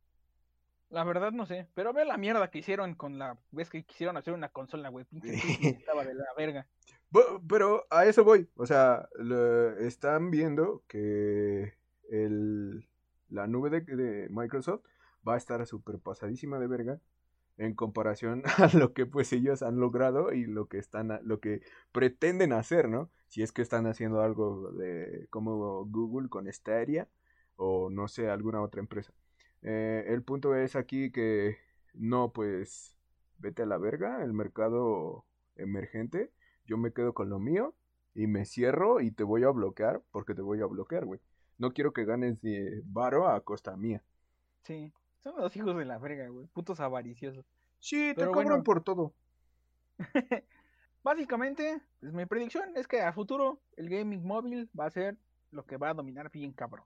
La verdad no sé, pero ve la mierda que hicieron con la vez que quisieron hacer una consola, güey. Pinche Switch estaba de la verga. Bu- Pero a eso voy. O sea, lo- están viendo que el, la nube de, de Microsoft va a estar súper pasadísima de verga en comparación a lo que pues ellos han logrado y lo que están a- lo que pretenden hacer, ¿no? Si es que están haciendo algo de como Google con Stadia o no sé, alguna otra empresa. Eh, el punto es aquí que no, pues vete a la verga, el mercado emergente, yo me quedo con lo mío y me cierro y te voy a bloquear porque te voy a bloquear, güey. No quiero que ganes de varo a costa mía. Sí, son los hijos de la verga, güey. Putos avariciosos. Sí, te Pero cobran bueno, por todo. básicamente, pues mi predicción es que a futuro el gaming móvil va a ser lo que va a dominar bien cabrón.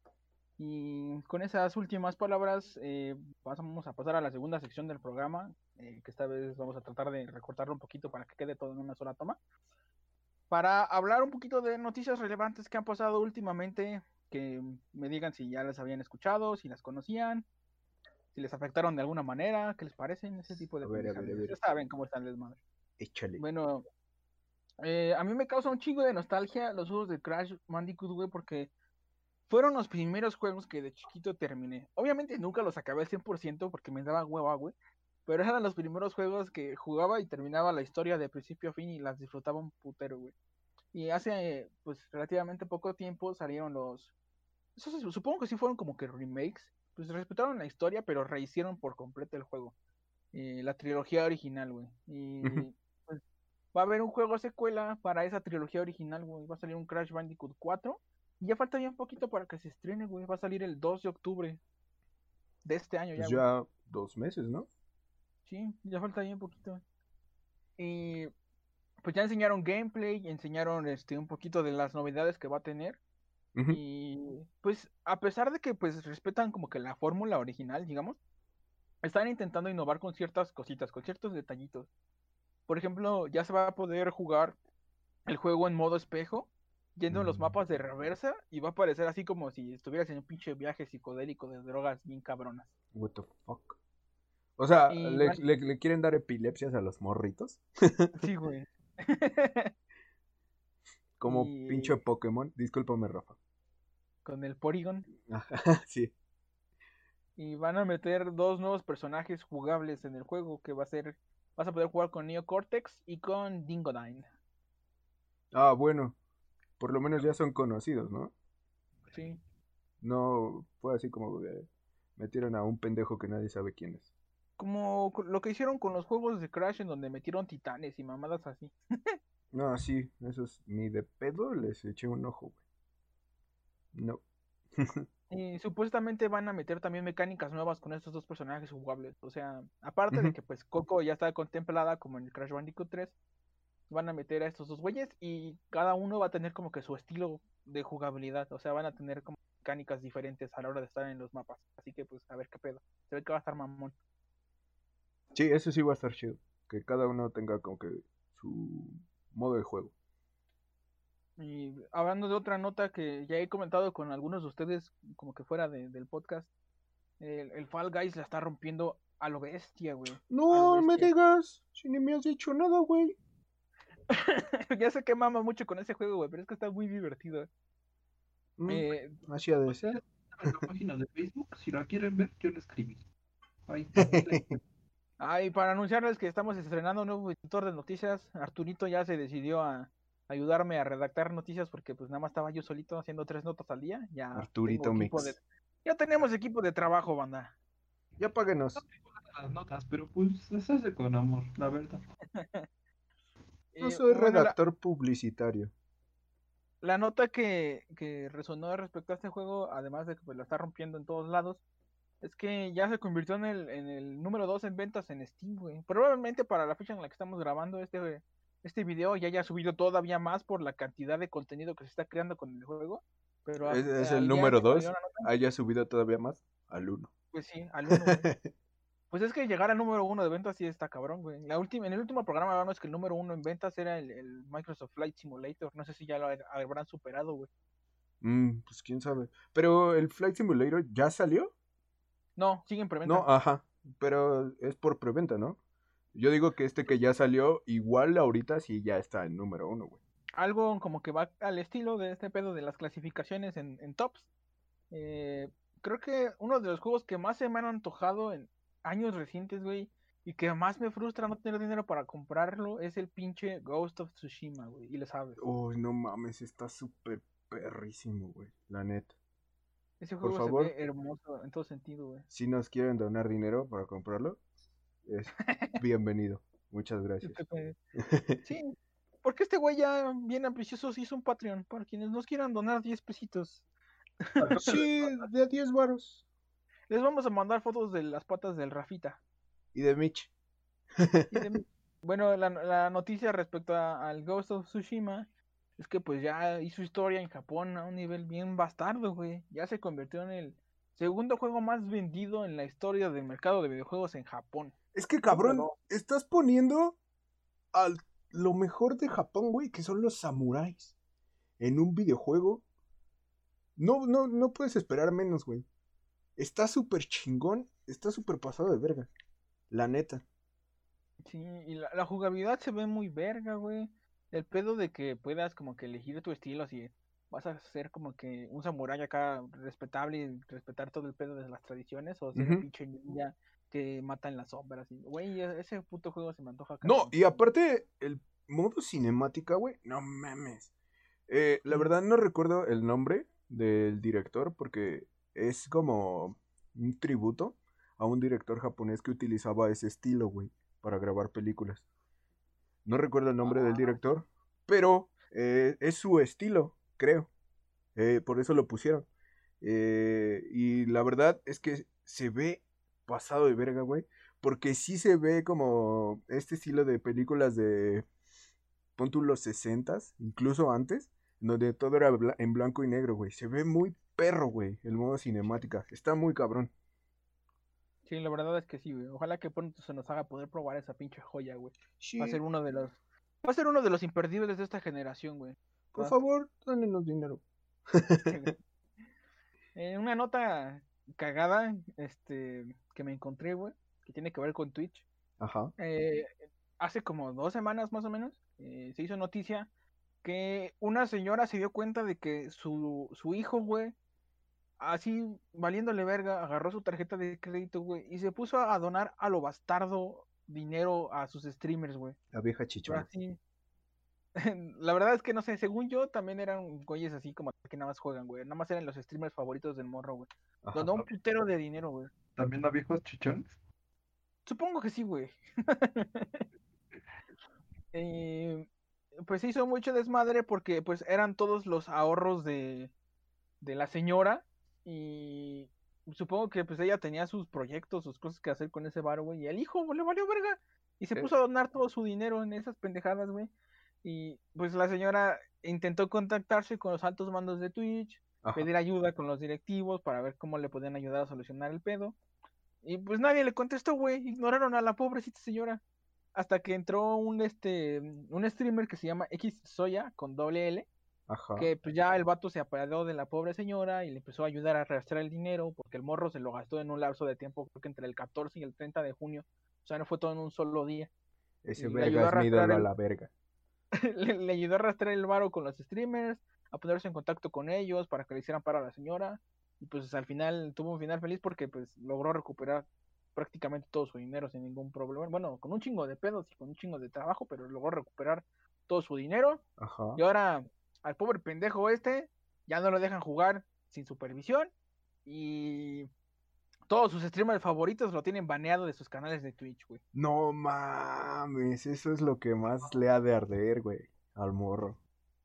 Y con esas últimas palabras, eh, vamos a pasar a la segunda sección del programa, eh, que esta vez vamos a tratar de recortarlo un poquito para que quede todo en una sola toma. Para hablar un poquito de noticias relevantes que han pasado últimamente, que me digan si ya las habían escuchado, si las conocían, si les afectaron de alguna manera, qué les parecen, ese tipo de A ver, a ver, a pendejadas. ver. Ya saben cómo están les madre. Échale. Bueno, eh, a mí me causa un chingo de nostalgia los juegos de Crash Bandicoot, güey, porque fueron los primeros juegos que de chiquito terminé. Obviamente nunca los acabé al cien por ciento porque me daba hueva, güey. Pero eran los primeros juegos que jugaba y terminaba la historia de principio a fin y las disfrutaba un putero, güey. Y hace, pues, relativamente poco tiempo salieron los... Eso sí, supongo que sí fueron como que remakes. Pues respetaron la historia, pero rehicieron por completo el juego. Eh, la trilogía original, güey. Ujú. Y pues va a haber un juego secuela para esa trilogía original, güey. Va a salir un Crash Bandicoot cuatro. Y ya falta bien poquito para que se estrene, güey. Va a salir el dos de octubre de este año ya, Pues güey. ya dos meses, ¿no? Sí, ya falta bien poquito. Y pues ya enseñaron gameplay, enseñaron este un poquito de las novedades que va a tener. Ujú. Y pues a pesar de que pues respetan como que la fórmula original, digamos, están intentando innovar con ciertas cositas, con ciertos detallitos. Por ejemplo, ya se va a poder jugar el juego en modo espejo, yendo en los mapas de reversa, y va a parecer así como si estuvieras en un pinche viaje psicodélico de drogas bien cabronas. What the fuck. O sea, Y ¿le, van- le, le quieren dar epilepsias a los morritos? sí, güey. Como pinche Y Pokémon. Discúlpame, Rafa. con el Porygon. Ajá, sí. Y van a meter dos nuevos personajes jugables en el juego, que va a ser, vas a poder jugar con Neo Cortex y con Dingodine. Ah, bueno. Por lo menos ya son conocidos, ¿no? Sí. No fue así como de... Metieron a un pendejo que nadie sabe quién es. Como co- lo que hicieron con los juegos de Crash en donde metieron titanes y mamadas así. No, sí, esos ni de pedo les eché un ojo, güey. No. Y supuestamente van a meter también mecánicas nuevas con estos dos personajes jugables. O sea, aparte de Ujú. que pues Coco ya está contemplada como en el Crash Bandicoot tres, van a meter a estos dos güeyes y cada uno va a tener como que su estilo de jugabilidad. O sea, van a tener como mecánicas diferentes a la hora de estar en los mapas. Así que pues a ver qué pedo. Se ve que va a estar mamón. Sí, eso sí va a estar chido. Que cada uno tenga como que su modo de juego. Y hablando de otra nota que ya he comentado con algunos de ustedes, como que fuera de- del podcast, el, el Fall Guys la está rompiendo a lo bestia, güey. A lo No me bestia. digas, si ni me has dicho nada, güey. Ya sé que mama mucho con ese juego, güey, pero es que está muy divertido. Mm, Eh, así ha de Pues ser. en la página de Facebook, si la quieren ver, yo la escribí. Ahí, ahí la- ah, y para anunciarles que estamos estrenando un nuevo editor de noticias, Arturito ya se decidió a ayudarme a redactar noticias porque pues nada más estaba yo solito haciendo tres notas al día. Ya tengo Arturito equipo de, Mix. ya tenemos equipo de trabajo, banda. Ya páguenos. las notas, pero pues se hace con amor, la verdad. No Eh, soy bueno, la, redactor publicitario. la nota que, que resonó respecto a este juego, además de que pues, lo está rompiendo en todos lados, es que ya se convirtió en el, en el número dos en ventas en Steam, güey. Probablemente para la fecha en la que estamos grabando este, este video ya haya subido todavía más por la cantidad de contenido que se está creando con el juego. Pero a- Es, es el al día número que salió dos. la nota, Haya subido todavía más al uno. pues sí, al uno, güey. Pues es que llegar al número uno de ventas sí está cabrón, güey. La última, en el último programa hablamos que el número uno en ventas era el, el Microsoft Flight Simulator. No sé si ya lo ha- habrán superado, güey. Mm, pues quién sabe. Pero el Flight Simulator ya salió. No, sigue en No, preventa. ajá. Pero es por preventa, ¿no? Yo digo que este que ya salió, igual ahorita sí ya está en número uno, güey. Algo como que va al estilo de este pedo de las clasificaciones en, en tops. Eh, creo que uno de los juegos que más se me han antojado en años recientes, güey, y que más me frustra no tener dinero para comprarlo es el pinche Ghost of Tsushima, güey, y lo sabes. Uy, no mames, está súper perrísimo, güey. La neta. Ese Por juego se favor, ve hermoso en todo sentido, güey. si nos quieren donar dinero para comprarlo, es bienvenido. Muchas Yo gracias. qué pe- Sí, porque este güey ya bien ambicioso se hizo un Patreon para quienes nos quieran donar diez pesitos. Sí, de a diez varos. Les vamos a mandar fotos de las patas del Rafita. Y de Mitch. Y de- Bueno, la, la noticia respecto a- al Ghost of Tsushima es que pues ya hizo historia en Japón a un nivel bien bastardo, güey. Ya se convirtió en el segundo juego más vendido en la historia del mercado de videojuegos en Japón. Es que, Número cabrón, dos. estás poniendo a lo mejor de Japón, güey, que son los samuráis. En un videojuego. No, no, no puedes esperar menos, güey. Está súper chingón. Está súper pasado de verga. La neta. Sí, y la, la jugabilidad se ve muy verga, güey. El pedo de que puedas como que elegir tu estilo, si vas a ser como que un samurái acá respetable y respetar todo el pedo de las tradiciones, o ser un Ujú. pinche ninja que mata en las sombras. Y, güey, e- ese puto juego se me antoja No, cabrón. y aparte, el modo cinemática, güey. No mames. Eh, la verdad no recuerdo el nombre del director porque es como un tributo a un director japonés que utilizaba ese estilo, güey, para grabar películas. No recuerdo el nombre del director, pero eh, es su estilo, creo. Eh, por eso lo pusieron. Eh, y la verdad es que se ve pasado de verga, güey. Porque sí se ve como este estilo de películas de, pon tú los sesentas, incluso antes, donde todo era bla- en blanco y negro, güey. Se ve muy perro, güey, el modo cinemática. Está muy cabrón. Sí, la verdad es que sí, güey. Ojalá que pronto se nos haga poder probar esa pinche joya, güey. Va a ser Sí, uno de los... Va a ser uno de los imperdibles de esta generación, güey. por ¿Verdad? favor, dánenos dinero. Eh, una nota cagada, este, que me encontré, güey, que tiene que ver con Twitch. Ajá. Eh, hace como dos semanas más o menos, eh, se hizo noticia que una señora se dio cuenta de que su, su hijo, güey, así valiéndole verga, agarró su tarjeta de crédito, güey, y se puso a donar a lo bastardo dinero a sus streamers, güey. La vieja Pero chichona. así, la verdad es que no sé, según yo también eran güeyes así como que nada más juegan, güey. Nada más eran los streamers favoritos del morro, güey. Ajá. Donó un putero de dinero, güey. ¿También a viejos chichones? Supongo que sí, güey. Eh, pues se hizo mucho desmadre porque pues eran todos los ahorros de, de la señora y supongo que pues ella tenía sus proyectos, sus cosas que hacer con ese varo, güey, y el hijo güey, le valió verga y se Eh. puso a donar todo su dinero en esas pendejadas, güey. Y pues la señora intentó contactarse con los altos mandos de Twitch, Ajá. pedir ayuda con los directivos para ver cómo le podían ayudar a solucionar el pedo. Y pues nadie le contestó, güey, ignoraron a la pobrecita señora. Hasta que entró un este un streamer que se llama X Soya con doble L, Ajá. que pues ya el vato se apiadó de la pobre señora y le empezó a ayudar a rastrear el dinero, porque el morro se lo gastó en un lapso de tiempo, creo que entre el catorce y el treinta de junio, o sea, no fue todo en un solo día. Ese Y le verga ayudó a es mi rastrear ídolo a el, la verga. le, le ayudó a rastrear el varo con los streamers, a ponerse en contacto con ellos para que le hicieran paro a la señora, y pues al final tuvo un final feliz porque pues logró recuperar prácticamente todo su dinero sin ningún problema, bueno, con un chingo de pedos y con un chingo de trabajo, pero logró recuperar todo su dinero. Ajá. Y ahora al pobre pendejo este ya no lo dejan jugar sin supervisión y todos sus streamers favoritos lo tienen baneado de sus canales de Twitch, güey. No mames, eso es lo que más le ha de arder, güey, al morro.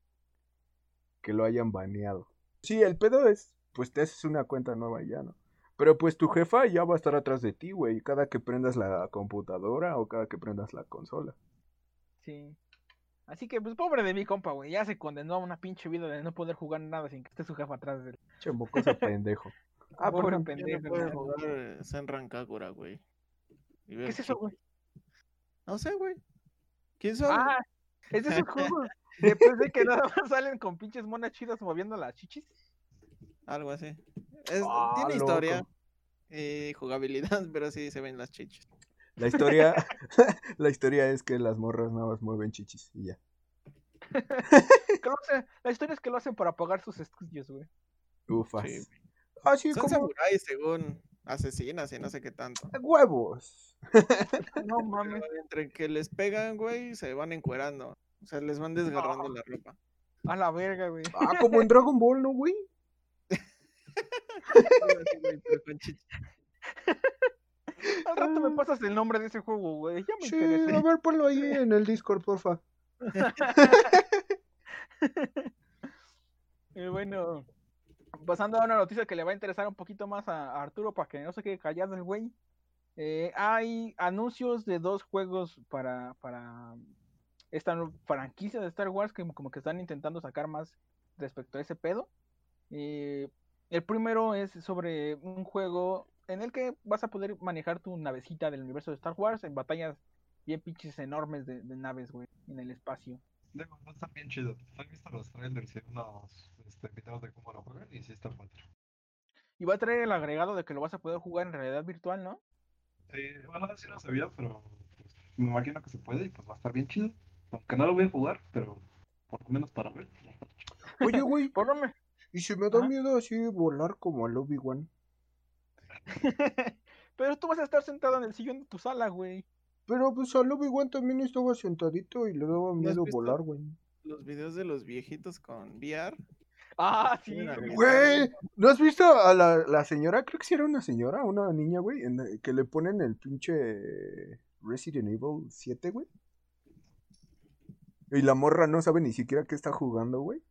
Que lo hayan baneado. Sí, el pedo es, pues te haces una cuenta nueva y ya, ¿no? Pero pues tu jefa ya va a estar atrás de ti, güey, cada que prendas la computadora o cada que prendas la consola. Sí. Así que, pues, pobre de mi compa, güey. Ya se condenó a una pinche vida de no poder jugar nada sin que esté su jefa atrás de él. Che, mocoso pendejo. Ah, Pobre perdón. ¿Quién no pendejo, puede güey. jugar Senran Kagura, güey? Y ¿Qué ver es eso, güey? chichis. No sé, güey. ¿Quién sabe? Ah, es de esos juegos de P C que nada más salen con pinches monas chidas moviendo las chichis. Algo así. Es- Ah, tiene loco. historia y jugabilidad, pero sí se ven las chichis. La historia, la historia es que las morras nada más mueven chichis y ya. Que lo hace- la historia es que lo hacen para pagar sus estudios, güey. Ufas. Sí. Así Son como samuráis según asesinas y no sé qué tanto. huevos. No mames. Pero entre que les pegan, güey, se van encuerando. O sea, les van desgarrando la ropa. A la verga, güey. Ah, como en Dragon Ball, ¿no, güey? Sí, güey, pero con chichis. Al rato me pasas el nombre de ese juego, güey. Ya me Sí, interesé. a ver, ponlo ahí en el Discord, porfa. Y bueno, pasando a una noticia que le va a interesar un poquito más a, a Arturo para que no se quede callado el güey. Eh, hay anuncios de dos juegos para, para esta nu- franquicia de Star Wars que como que están intentando sacar más respecto a ese pedo. Eh, el primero es sobre un juego en el que vas a poder manejar tu navecita del universo de Star Wars en batallas bien pinches enormes de, de naves, güey, en el espacio. Digo, no está bien chido. ¿Has visto los trailers y unos este, videos de cómo lo juegan? Y sí está padre. Y va a traer el agregado de que lo vas a poder jugar en realidad virtual, ¿no? Sí, bueno, sí lo sabía, pero pues, me imagino que se puede y pues va a estar bien chido. Aunque no lo voy a jugar, pero por lo menos para ver. Oye, güey, Por lo menos. ¿y si me da Ajá. miedo así volar como al Obi-Wan? Pero tú vas a estar sentado en el sillón de tu sala, güey. Pero pues al Obi-Wan también estaba sentadito y le daba ¿No has miedo visto? volar, güey. los videos de los viejitos con V R. Ah, sí, Tienen al güey. Güey, ¿no has visto a la, la señora? Creo que sí era una señora, una niña, güey, en la- que le ponen el pinche Resident Evil siete, güey. Y la morra no sabe ni siquiera qué está jugando, güey.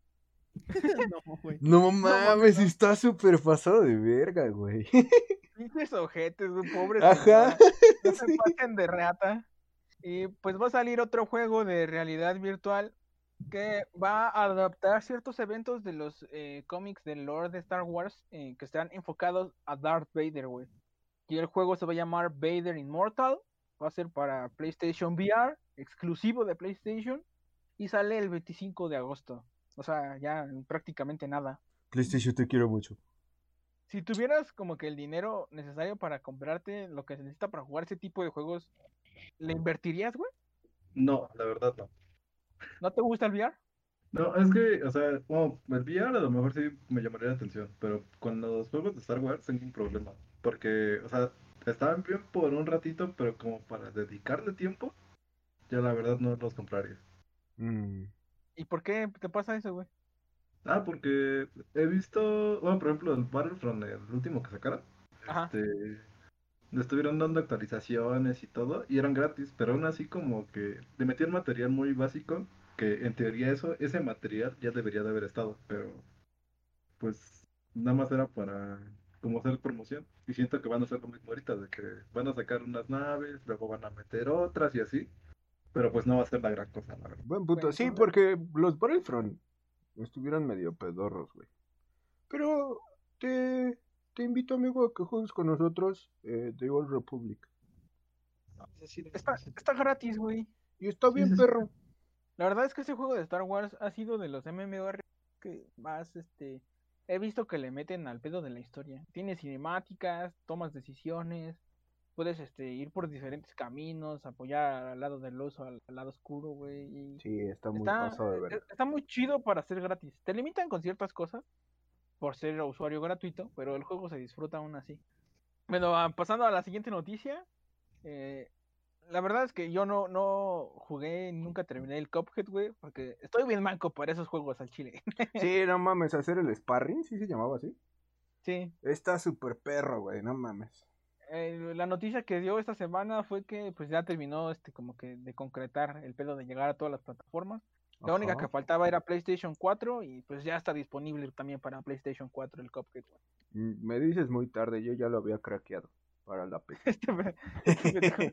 No, güey. No No mames, mames, no. está súper pasado de verga, güey. Pinches ojetes, güey, pobre Ajá. señora. No se Sí. pasen de reata. Y pues va a salir otro juego de realidad virtual que va a adaptar ciertos eventos de los eh, cómics del lore de Star Wars eh, que están enfocados a Darth Vader, güey. Y el juego se va a llamar Vader Immortal. Va a ser para PlayStation V R, exclusivo de PlayStation. Y sale el veinticinco de agosto. O sea, ya prácticamente nada. PlayStation, te quiero mucho. Si tuvieras como que el dinero necesario para comprarte lo que se necesita para jugar ese tipo de juegos, ¿le invertirías, güey? No, la verdad no. ¿No te gusta el V R? No, es que, o sea, bueno, el V R a lo mejor sí me llamaría la atención, pero con los juegos de Star Wars tengo un problema. Porque, o sea, estaban bien por un ratito, pero como para dedicarle tiempo, ya la verdad no los compraría. Mm. ¿Y por qué te pasa eso, güey? Ah, porque he visto, bueno, por ejemplo, el Battlefront, el último que sacaron, Ajá. este, le estuvieron dando actualizaciones y todo, y eran gratis, pero aún así como que le metían material muy básico, que en teoría eso, ese material ya debería de haber estado, pero pues nada más era para como hacer promoción. Y siento que van a hacer lo mismo ahorita, de que van a sacar unas naves, luego van a meter otras y así, pero pues no va a ser la gran cosa, la verdad. Buen punto. Bueno, Sí, entonces, porque los Battlefront estuvieron medio pedorros, güey. Pero te, te invito, amigo, a que juegues con nosotros eh, The Old Republic. Sí, sí, está, sí, está gratis, güey. Y está sí, bien, sí, sí. perro. La verdad es que ese juego de Star Wars ha sido de los M M O R que más, este, he visto que le meten al pedo de la historia. Tiene cinemáticas, tomas decisiones, puedes, este, ir por diferentes caminos, apoyar al lado del oso, al, al lado oscuro, güey. Y Sí, está muy está, pasado de e- verga. está muy chido para ser gratis. Te limitan con ciertas cosas por ser usuario gratuito, pero el juego se disfruta aún así. Bueno, ah, pasando a la siguiente noticia. eh, la verdad es que yo no, no jugué, nunca terminé el Cuphead, güey, porque estoy bien manco para esos juegos al chile. Sí, no mames, hacer el sparring, sí se llamaba así. Sí, Está súper perro, güey, no mames. eh, la noticia que dio esta semana fue que pues ya terminó este como que de concretar el pedo de llegar a todas las plataformas. La única que Ajá. faltaba era PlayStation cuatro y pues ya está disponible también para PlayStation cuatro el Cuphead, güey. Mm, Me dices muy tarde, yo ya lo había craqueado para la P C. Este, pe- este pendejo.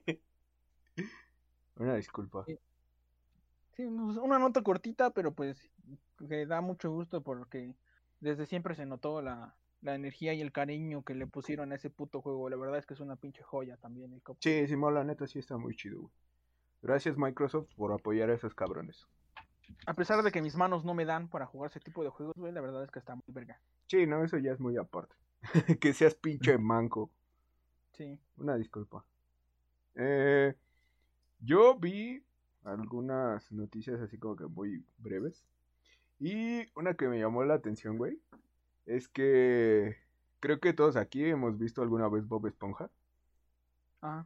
Una disculpa. Sí, sí, pues, una nota cortita, pero pues que da mucho gusto porque desde siempre se notó la, la energía y el cariño que le pusieron a ese puto juego. La verdad es que es una pinche joya también el Cuphead. Sí, Simón, la neta sí está muy chido, güey. Gracias, Microsoft, por apoyar a esos cabrones. A pesar de que mis manos no me dan para jugar ese tipo de juegos, güey, la verdad es que está muy verga. Sí, no, eso ya es muy aparte. Que seas pinche manco. Sí. Una disculpa. Eh, yo vi algunas noticias así como que muy breves. Y una que me llamó la atención, güey, es que creo que todos aquí hemos visto alguna vez Bob Esponja. Ajá.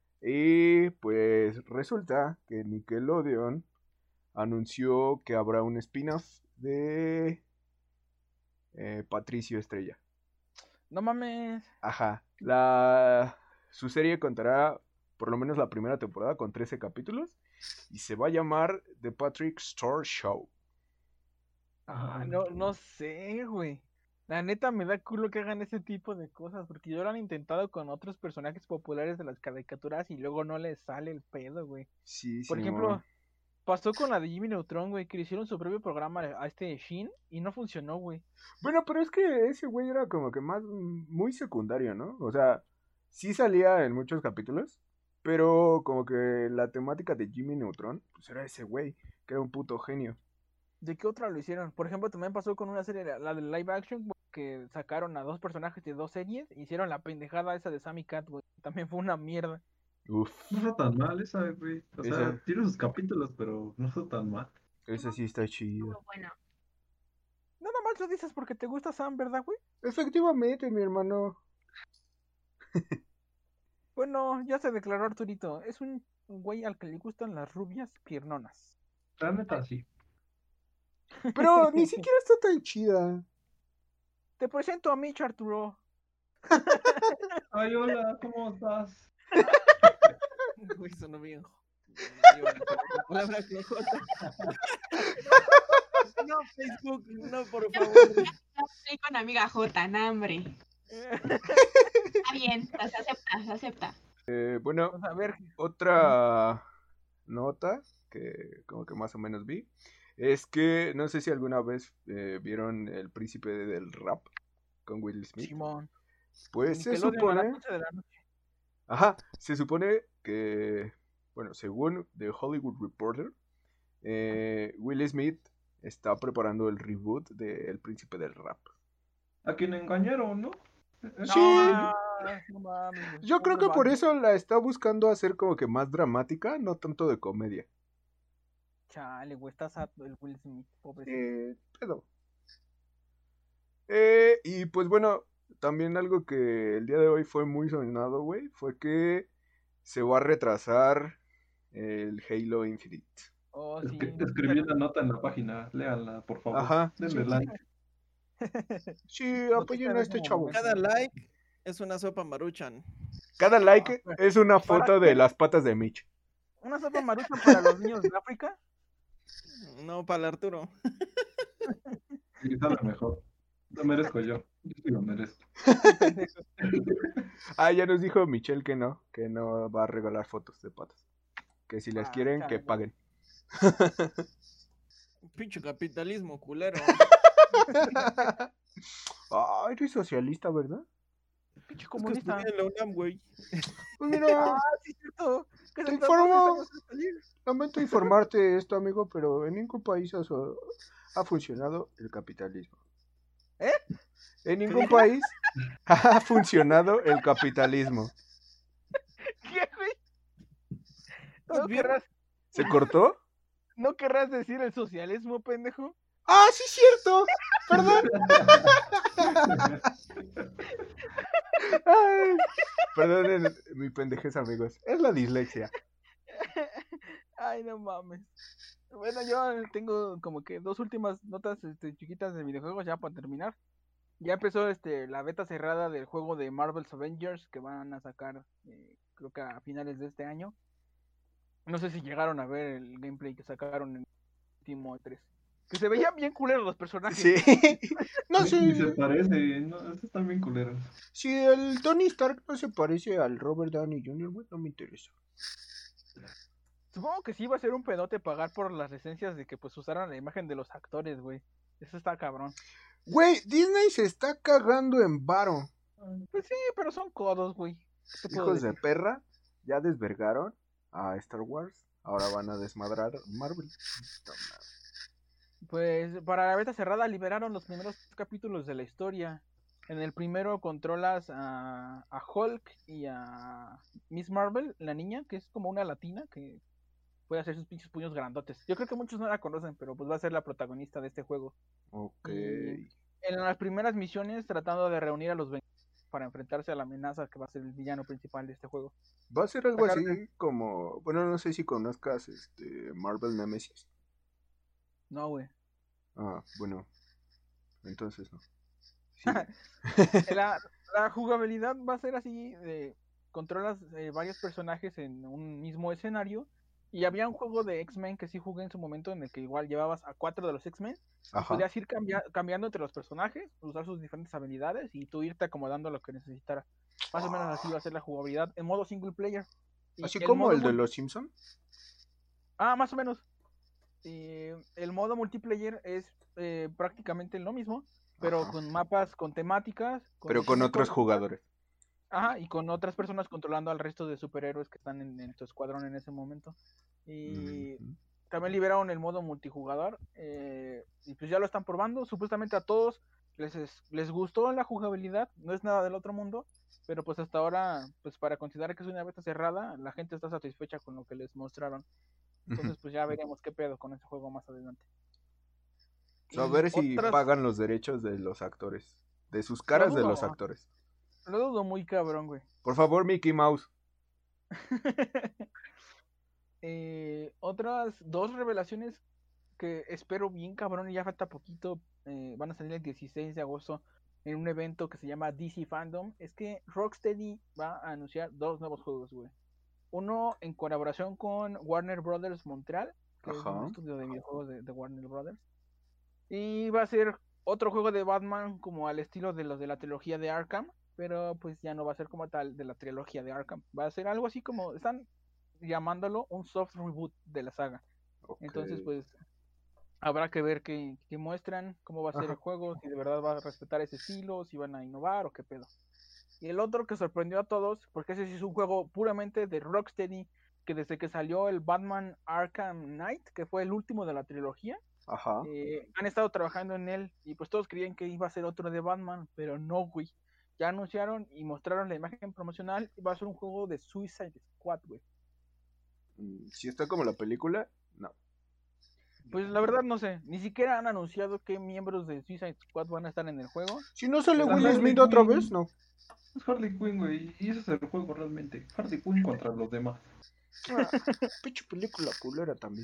Y pues resulta que Nickelodeon anunció que habrá un spin-off de eh, Patricio Estrella. No mames. Ajá. La... Su serie contará por lo menos la primera temporada con trece capítulos y se va a llamar The Patrick Star Show. Ah, no, no sé, güey. La neta me da culo que hagan ese tipo de cosas, porque ya lo han intentado con otros personajes populares de las caricaturas y luego no les sale el pedo, güey. Sí, Por Simón. ejemplo, pasó con la de Jimmy Neutron, güey, que le hicieron su propio programa a este Shin y no funcionó, güey. Bueno, pero es que ese güey era como que más mm, muy secundario, ¿no? O sea, sí salía en muchos capítulos, pero como que la temática de Jimmy Neutron, pues era ese güey, que era un puto genio. ¿De qué otra lo hicieron? Por ejemplo, también pasó con una serie, la la de live action, güey, que sacaron a dos personajes de dos series, e hicieron la pendejada esa de Sammy Cat, güey. También fue una mierda. Uf, No está tan mal esa, güey. O sea, esa, tiene sus capítulos, pero no está tan mal. esa sí está chida. Estuvo bueno. Nada más lo dices porque te gusta Sam, ¿verdad, güey? Efectivamente, mi hermano. Bueno, ya se declaró Arturito. Es un güey al que le gustan las rubias piernonas. La neta, sí. Pero ni siquiera está tan chida. Te presento a Mitch, Arturo. Ay, hola, ¿cómo estás? Güey, sonó bien. Yo, la palabra con J. No, Facebook, no, por favor. Estoy con amiga J, hambre. Está bien, se acepta, se acepta. Eh, bueno, Vamos a ver. otra nota que como que más o menos vi es que no sé si alguna vez eh, vieron El Príncipe del Rap con Will Smith. Simón. Pues se Nickelodeon a las supone, once de la noche. ajá, se supone que, bueno, según The Hollywood Reporter, eh, Will Smith está preparando el reboot de El Príncipe del Rap. A quien engañaron, ¿no? Sí. No, no mames, güey. Yo creo Pobre que por vato. eso la está buscando hacer como que más dramática, no tanto de comedia. Chale, güey, está sad el Will Smith, pobrecito. Eh, pedo. Eh, y pues bueno, también algo que el día de hoy fue muy sonado, güey, fue que se va a retrasar el Halo Infinite. Oh, Es sí. que escribí la nota en la página, léanla, por favor. Ajá, Denle sí. like. Sí, Noticia apoyen de a este último chavo. momento. Cada like es una sopa maruchan. Cada like Ah, es una ¿para foto de quién? las patas de Mitch. ¿Una sopa marucha para los niños de África? No, para el Arturo. Y sabe mejor. Lo merezco yo. Yo sí lo merezco. Pendejo. Ah, ya nos dijo Michelle que no, que no va a regalar fotos de patas. Que si las Ah, quieren, que chale. paguen. Pinche capitalismo, culero. Ah, eres socialista, ¿verdad? Pinche Es que comunista. estudié en la UNAM, güey. Pues mira, Ah, sí, cierto. Que te se tardó informo. seis años en salir. lamento informarte esto, amigo, pero en ningún país ha, so- ha funcionado el capitalismo. ¿Eh? En ningún país ha funcionado el capitalismo. ¿Qué, güey? ¿Estás ¿No bien? querrás, ¿Se cortó? ¿No querrás decir el socialismo, pendejo? ¡Ah, sí, cierto! Perdón. Ay, perdonen mi pendejez, amigos. Es la dislexia. Ay, no mames. Bueno, yo tengo como que dos últimas notas este, chiquitas de videojuegos ya para terminar. Ya empezó este la beta cerrada del juego de Marvel's Avengers que van a sacar, eh, creo que a finales de este año. No sé si llegaron a ver el gameplay que sacaron en Team tres. Que se veían bien culeros los personajes. Sí. No, Ni, ni sí. se parece, no, estos están bien culeros. Si el Tony Stark no se parece al Robert Downey junior, güey, no me interesa. Supongo que sí iba a ser un pedote pagar por las licencias de que pues usaran la imagen de los actores, güey. Eso está cabrón. Güey, Disney se está cagando en varo. Pues sí, pero son codos, güey. ¿Qué te puedo Hijos de decir? perra, ya desvergaron a Star Wars. Ahora van a desmadrar Marvel. Toma. Pues para la beta cerrada liberaron los primeros capítulos de la historia. En el primero controlas a, a Hulk y a Miss Marvel, la niña, que es como una latina que puede hacer sus pinches puños grandotes. Yo creo que muchos no la conocen, pero pues va a ser la protagonista de este juego. Ok. Y en las primeras misiones tratando de reunir a los Vengadores para enfrentarse a la amenaza que va a ser el villano principal de este juego. Va a ser algo Sacaron así como. Bueno, no sé si conozcas este Marvel Nemesis. No, güey. Ah, bueno. Entonces no. Sí. La, la jugabilidad va a ser así, de controlas eh, varios personajes en un mismo escenario. Y había un juego de X-Men que sí jugué en su momento en el que igual llevabas a cuatro de los X-Men y Ajá. podías ir cambia- cambiando entre los personajes, usar sus diferentes habilidades y tú irte acomodando lo que necesitara. Más o menos así va a ser la jugabilidad en modo single player. Y Así el como modo el de multi- los Simpson. Ah, más o menos. Y el modo multiplayer es eh, prácticamente lo mismo, pero Ajá. con mapas, con temáticas, Pero con diferentes otros formas- jugadores. Ajá, y con otras personas controlando al resto de superhéroes que están en, en tu escuadrón en ese momento. Y Ujú. también liberaron el modo multijugador. eh, y pues ya lo están probando. Supuestamente a todos les, es- les gustó la jugabilidad. No es nada del otro mundo. Pero pues hasta ahora, pues para considerar que es una beta cerrada, la gente está satisfecha con lo que les mostraron. Entonces pues ya veremos qué pedo con ese juego más adelante. O sea, a Y ver si otras- pagan los derechos de los actores. De sus Lo caras de dudo. los actores. Lo dudo muy cabrón, güey. Por favor, Mickey Mouse. Eh, otras dos revelaciones que espero bien cabrón y ya falta poquito, eh, van a salir el dieciséis de agosto en un evento que se llama D C Fandom, es que Rocksteady va a anunciar dos nuevos juegos, güey. Uno en colaboración con Warner Brothers Montreal, que es un Ajá. estudio de videojuegos de, de Warner Brothers. Y va a ser otro juego de Batman como al estilo de los de la trilogía de Arkham, pero pues ya no va a ser como tal de la trilogía de Arkham. Va a ser algo así como, están llamándolo un soft reboot de la saga. Ok. Entonces pues habrá que ver qué, qué muestran, cómo va a ser Ajá. el juego, si de verdad va a respetar ese estilo, si van a innovar o qué pedo. Y el otro que sorprendió a todos, porque ese sí es un juego puramente de Rocksteady, que desde que salió el Batman Arkham Knight, que fue el último de la trilogía, Ajá. eh, han estado trabajando en él y pues todos creían que iba a ser otro de Batman, pero no, güey. Ya anunciaron y mostraron la imagen promocional y va a ser un juego de Suicide Squad, güey. Mm, Si está como la película, no. Pues la verdad no sé, ni siquiera han anunciado qué miembros de Suicide Squad van a estar en el juego. Si no sale Está Will Harley Smith otra Quinn. vez, no. Es Harley Quinn, güey. Y ese es el juego realmente. Harley Quinn contra los demás. Ah, pinche película culera también.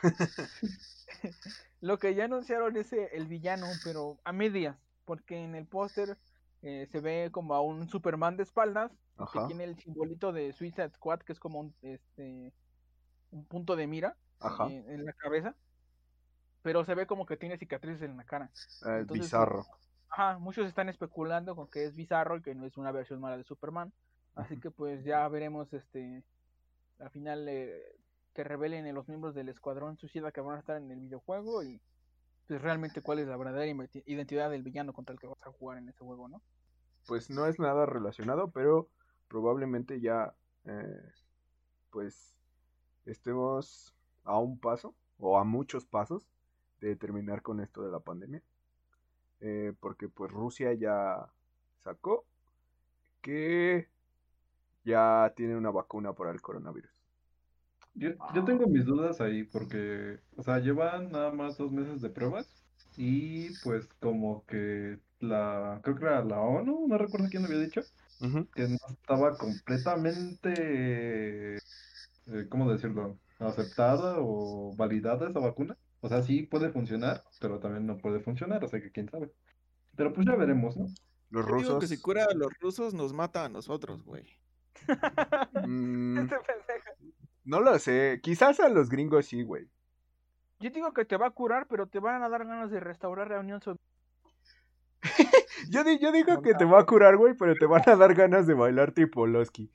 Lo que ya anunciaron es eh, el villano, pero a medias, porque en el póster eh, se ve como a un Superman de espaldas, que Ajá. tiene el simbolito de Suicide Squad, que es como un, este, un punto de mira Ajá. eh, en la cabeza, pero se ve como que tiene cicatrices en la cara. Ah, es Entonces, pues, bizarro. ajá, muchos están especulando con que es bizarro y que no es una versión mala de Superman, así Ujú. que pues ya veremos este al final eh, que revelen a los miembros del Escuadrón Suicida que van a estar en el videojuego y pues realmente cuál es la verdadera imeti- identidad del villano contra el que vas a jugar en ese juego, ¿no? Pues no es nada relacionado, pero probablemente ya eh, pues estemos a un paso o a muchos pasos de terminar con esto de la pandemia. Eh, porque pues Rusia ya sacó que ya tiene una vacuna para el coronavirus. Yo, yo tengo mis dudas ahí porque, o sea, llevan nada más dos meses de pruebas y pues como que la, creo que era la ONU, no recuerdo quién lo había dicho, Ujú. que no estaba completamente, eh, ¿cómo decirlo?, aceptada o validada esa vacuna. O sea, sí puede funcionar, pero también no puede funcionar, o sea que quién sabe. Pero pues ya veremos, ¿no? Los Yo digo que si rusos... cura a los rusos nos mata a nosotros, güey. mm, Este pendejo. no lo sé. Quizás a los gringos sí, güey. Yo digo que te va a curar, pero te van a dar ganas de restaurar la Unión Soviética. Yo, di- yo digo que te va a curar, güey, pero te van a dar ganas de bailar tipo Losky.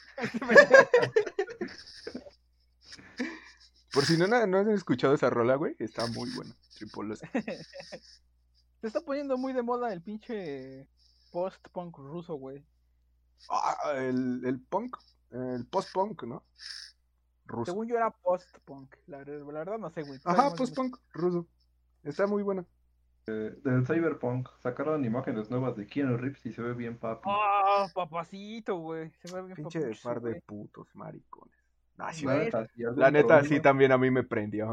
Por si no, na- no han escuchado esa rola, güey, está muy buena. Tripolosky. Se está poniendo muy de moda el pinche post-punk ruso, güey. Ah, el, el punk, el post-punk, ¿no? Ruso. Según yo era post-punk. La, ver- la verdad no sé, güey. tú sabes Ajá, más de música. post-punk, ruso. Está muy bueno. Del Cyberpunk sacaron imágenes nuevas de Keanu Reeves y se ve bien papi. Ah, papacito, güey. Se ve bien Pinche papucho, par de güey. putos maricones. Ah, sí, La Güey. neta, si algún la neta, sí, problema- también a mí me prendió.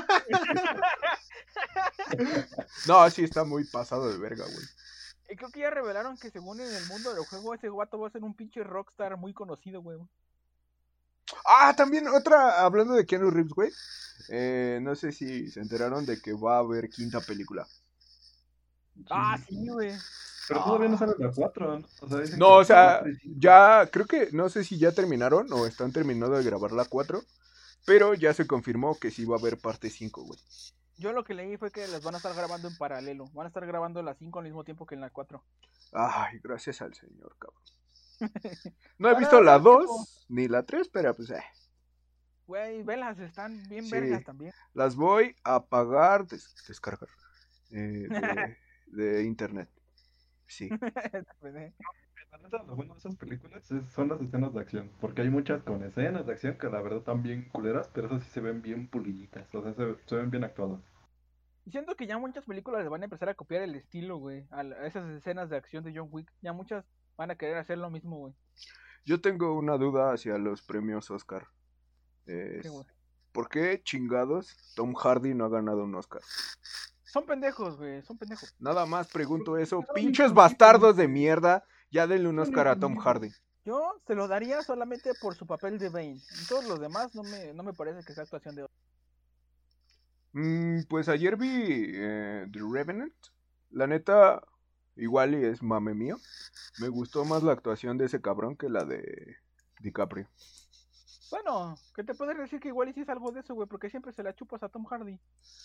No, sí, está muy pasado de verga, güey. Y creo que ya revelaron que según en el mundo del juego ese guato va a ser un pinche rockstar muy conocido, güey. Ah, también otra, hablando de Keanu Reeves, güey. Eh, no sé si se enteraron de que va a haber quinta película. Ah, sí, güey. Pero todavía no sale la cuatro, ¿no? O sea, dicen No, que o sea, cuatro y cinco. ya creo que, no sé si ya terminaron o están terminando de grabar la cuatro, pero ya se confirmó que sí va a haber parte cinco, güey. Yo lo que leí fue que las van a estar grabando en paralelo. Van a estar grabando las cinco al mismo tiempo que en la cuatro. Ay, gracias al señor, cabrón. No he Para visto la dar tiempo. dos ni la tres, pero pues eh. Güey, velas, están bien Sí. vergas también. Las voy a pagar, des- descargar eh, de, de internet. Sí. La neta, lo bueno de esas películas es- son las escenas de acción, porque hay muchas con escenas de acción que la verdad están bien culeras, pero esas sí se ven bien puliditas, o sea, se, se ven bien actuadas. Y siento que ya muchas películas les van a empezar a copiar el estilo, güey. A la- a esas escenas de acción de John Wick. Ya muchas van a querer hacer lo mismo, güey. Yo tengo una duda hacia los premios Oscar. ¿Qué, Es, güey? ¿por qué chingados Tom Hardy no ha ganado un Oscar? Son pendejos, güey. Son pendejos. Nada más pregunto eso. Son Pinches inconsistencia. bastardos de mierda. Ya denle un Son Oscar a Tom inconsistencia. Hardy. Yo se lo daría solamente por su papel de Bane. En todos los demás no me, no me parece que sea actuación de... Mm, pues ayer vi eh, The Revenant. La neta, igual y es mame mío. Me gustó más la actuación de ese cabrón que la de DiCaprio. Bueno, ¿qué te puedes decir que igual hiciste algo de eso, güey? Porque siempre se la chupas a Tom Hardy.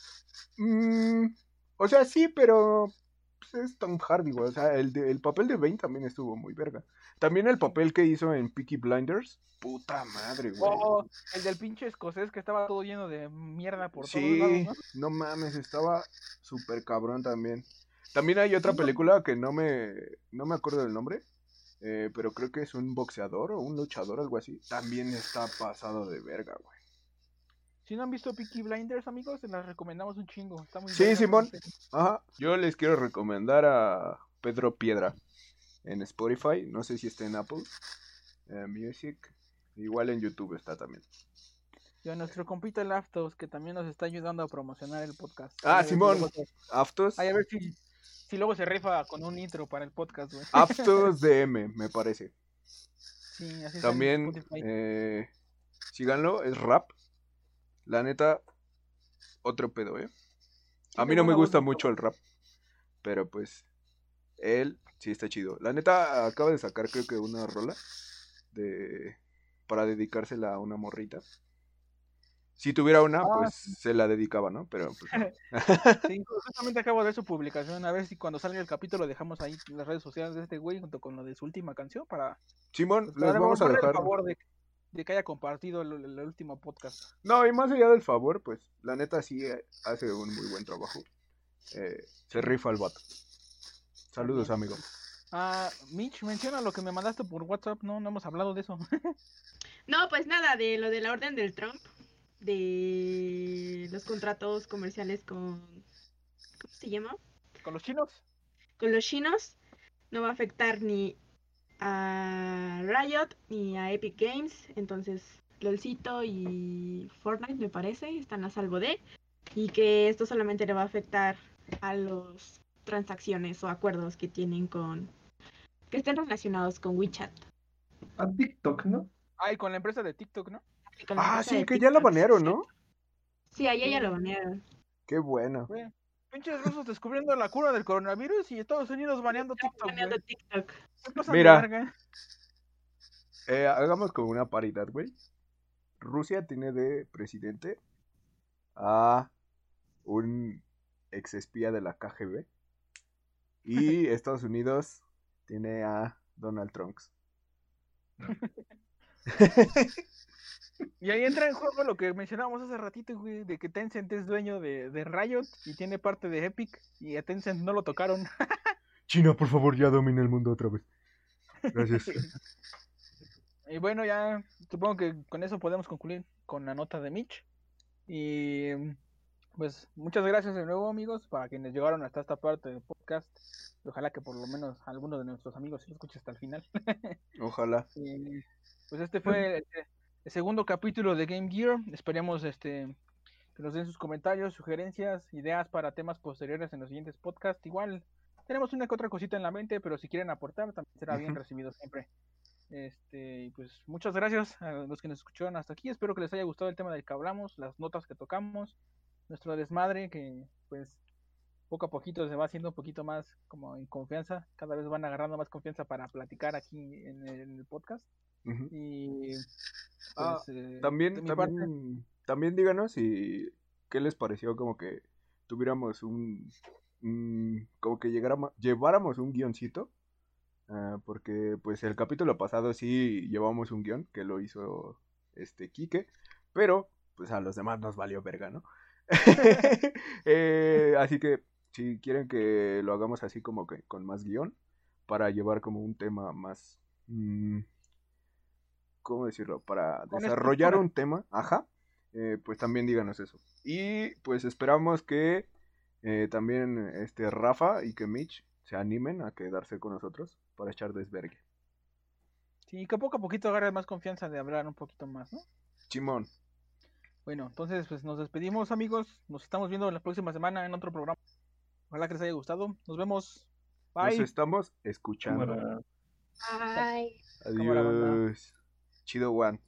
Mm, o sea, sí, pero pues, es Tom Hardy, güey. O sea, el, de- el papel de Bane también estuvo muy verga. También el papel que hizo en Peaky Blinders. Puta madre, güey. Oh, el del pinche escocés que estaba todo lleno de mierda por todos Sí, lados, ¿no? no mames, estaba súper cabrón también. También hay otra Sí, no, película que no me, no me acuerdo del nombre, eh, pero creo que es un boxeador o un luchador, algo así. También está pasado de verga, güey. si no han visto Peaky Blinders, amigos, se las recomendamos un chingo. Está muy Sí, verga esa Simón. serie. Ajá. Yo les quiero recomendar a Pedro Piedra en Spotify. No sé si está en Apple eh, Music. Igual en YouTube está también. Y a nuestro compita el Aftos, que también nos está ayudando a promocionar el podcast. Ah, Ahí a ver si Simón. luego se- Aftos. ahí a ver si, si luego se rifa con un intro para el podcast, güey. Aftos D M, me parece. Sí, así está en También, Spotify. eh, síganlo, es rap. La neta, otro pedo, ¿eh? A mí Tiene no me buena voz, gusta ¿no? mucho el rap, pero pues él sí está chido. La neta acaba de sacar creo que una rola de para dedicársela a una morrita. Si tuviera una, Ah, pues se la dedicaba, ¿no? Pero pues no. sí, justamente acabo de ver su publicación. A ver si cuando salga el capítulo dejamos ahí en las redes sociales de este güey junto con lo de su última canción para, Simón, pues, les para vamos a devolverle el dejar. favor de, de que haya compartido el, el último podcast. No, y más allá del favor, pues la neta sí eh, hace un muy buen trabajo. Eh, se rifa el vato. Saludos, También. amigo. Ah, Mitch, menciona lo que me mandaste por WhatsApp. No, no hemos hablado de eso. No, pues nada, de lo de la orden del Trump, de los contratos comerciales con, ¿cómo se llama? ¿Con los chinos? Con los chinos, no va a afectar ni a Riot ni a Epic Games, entonces LOLcito y Fortnite me parece están a salvo de, y que esto solamente le va a afectar a las transacciones o acuerdos que tienen con, que estén relacionados con WeChat. A TikTok, ¿no? Ay, con la empresa de TikTok, ¿no? Y con la Ah, empresa sí, de que ya la TikTok. banearon, ¿no? Sí, ahí ya lo banearon. Qué bueno. Güey, pinches rusos descubriendo la cura del coronavirus y Estados Unidos baneando TikTok, Baneando güey. TikTok. ¿Qué pasan Mira. de verga? Eh, hagamos como una paridad, güey. Rusia tiene de presidente a un ex espía de la K G B. Y Estados Unidos tiene a Donald Trump. Y ahí entra en juego lo que mencionábamos hace ratito, güey, de que Tencent es dueño de, de Riot y tiene parte de Epic y a Tencent no lo tocaron. China, por favor, ya domina el mundo otra vez. Gracias. Y bueno, ya supongo que con eso podemos concluir con la nota de Mitch. Y pues muchas gracias de nuevo, amigos, para quienes llegaron hasta esta parte del podcast. Ojalá que por lo menos algunos de nuestros amigos sí lo escuchen hasta el final. Ojalá. Y pues este fue el, el segundo capítulo de Game Gear. Esperemos este que nos den sus comentarios, sugerencias, ideas para temas posteriores en los siguientes podcasts. Igual tenemos una que otra cosita en la mente, pero si quieren aportar también será bien Ujú. recibido siempre. Este, y pues muchas gracias a los que nos escucharon hasta aquí. Espero que les haya gustado el tema del que hablamos, las notas que tocamos, nuestro desmadre que pues poco a poquito se va haciendo un poquito más como en confianza. Cada vez van agarrando más confianza para platicar aquí en el, en el podcast. Ujú. Y Ah, pues eh, de también, mi parte, también, también díganos si qué les pareció como que tuviéramos un, un- como que llegáramos, lleváramos un guioncito, ah, porque pues el capítulo pasado sí llevamos un guión que lo hizo este Quique, pero pues a los demás nos valió verga, ¿no? Eh, así que si quieren que lo hagamos así como que con más guión, para llevar como un tema más, mm, ¿cómo decirlo? Para con desarrollar estructura. un tema, ajá, eh, pues también díganos eso. Y pues esperamos que eh, también este Rafa y que Mitch se animen a quedarse con nosotros para echar desvergue. Sí, que poco a poquito agarres más confianza de hablar un poquito más, ¿no? Simón, Bueno, entonces pues nos despedimos, amigos. Nos estamos viendo la próxima semana en otro programa. Ojalá que les haya gustado. Nos vemos. nos Bye. estamos escuchando. Cámara. Bye. Cámara, banda. Adiós. Chido, Juan.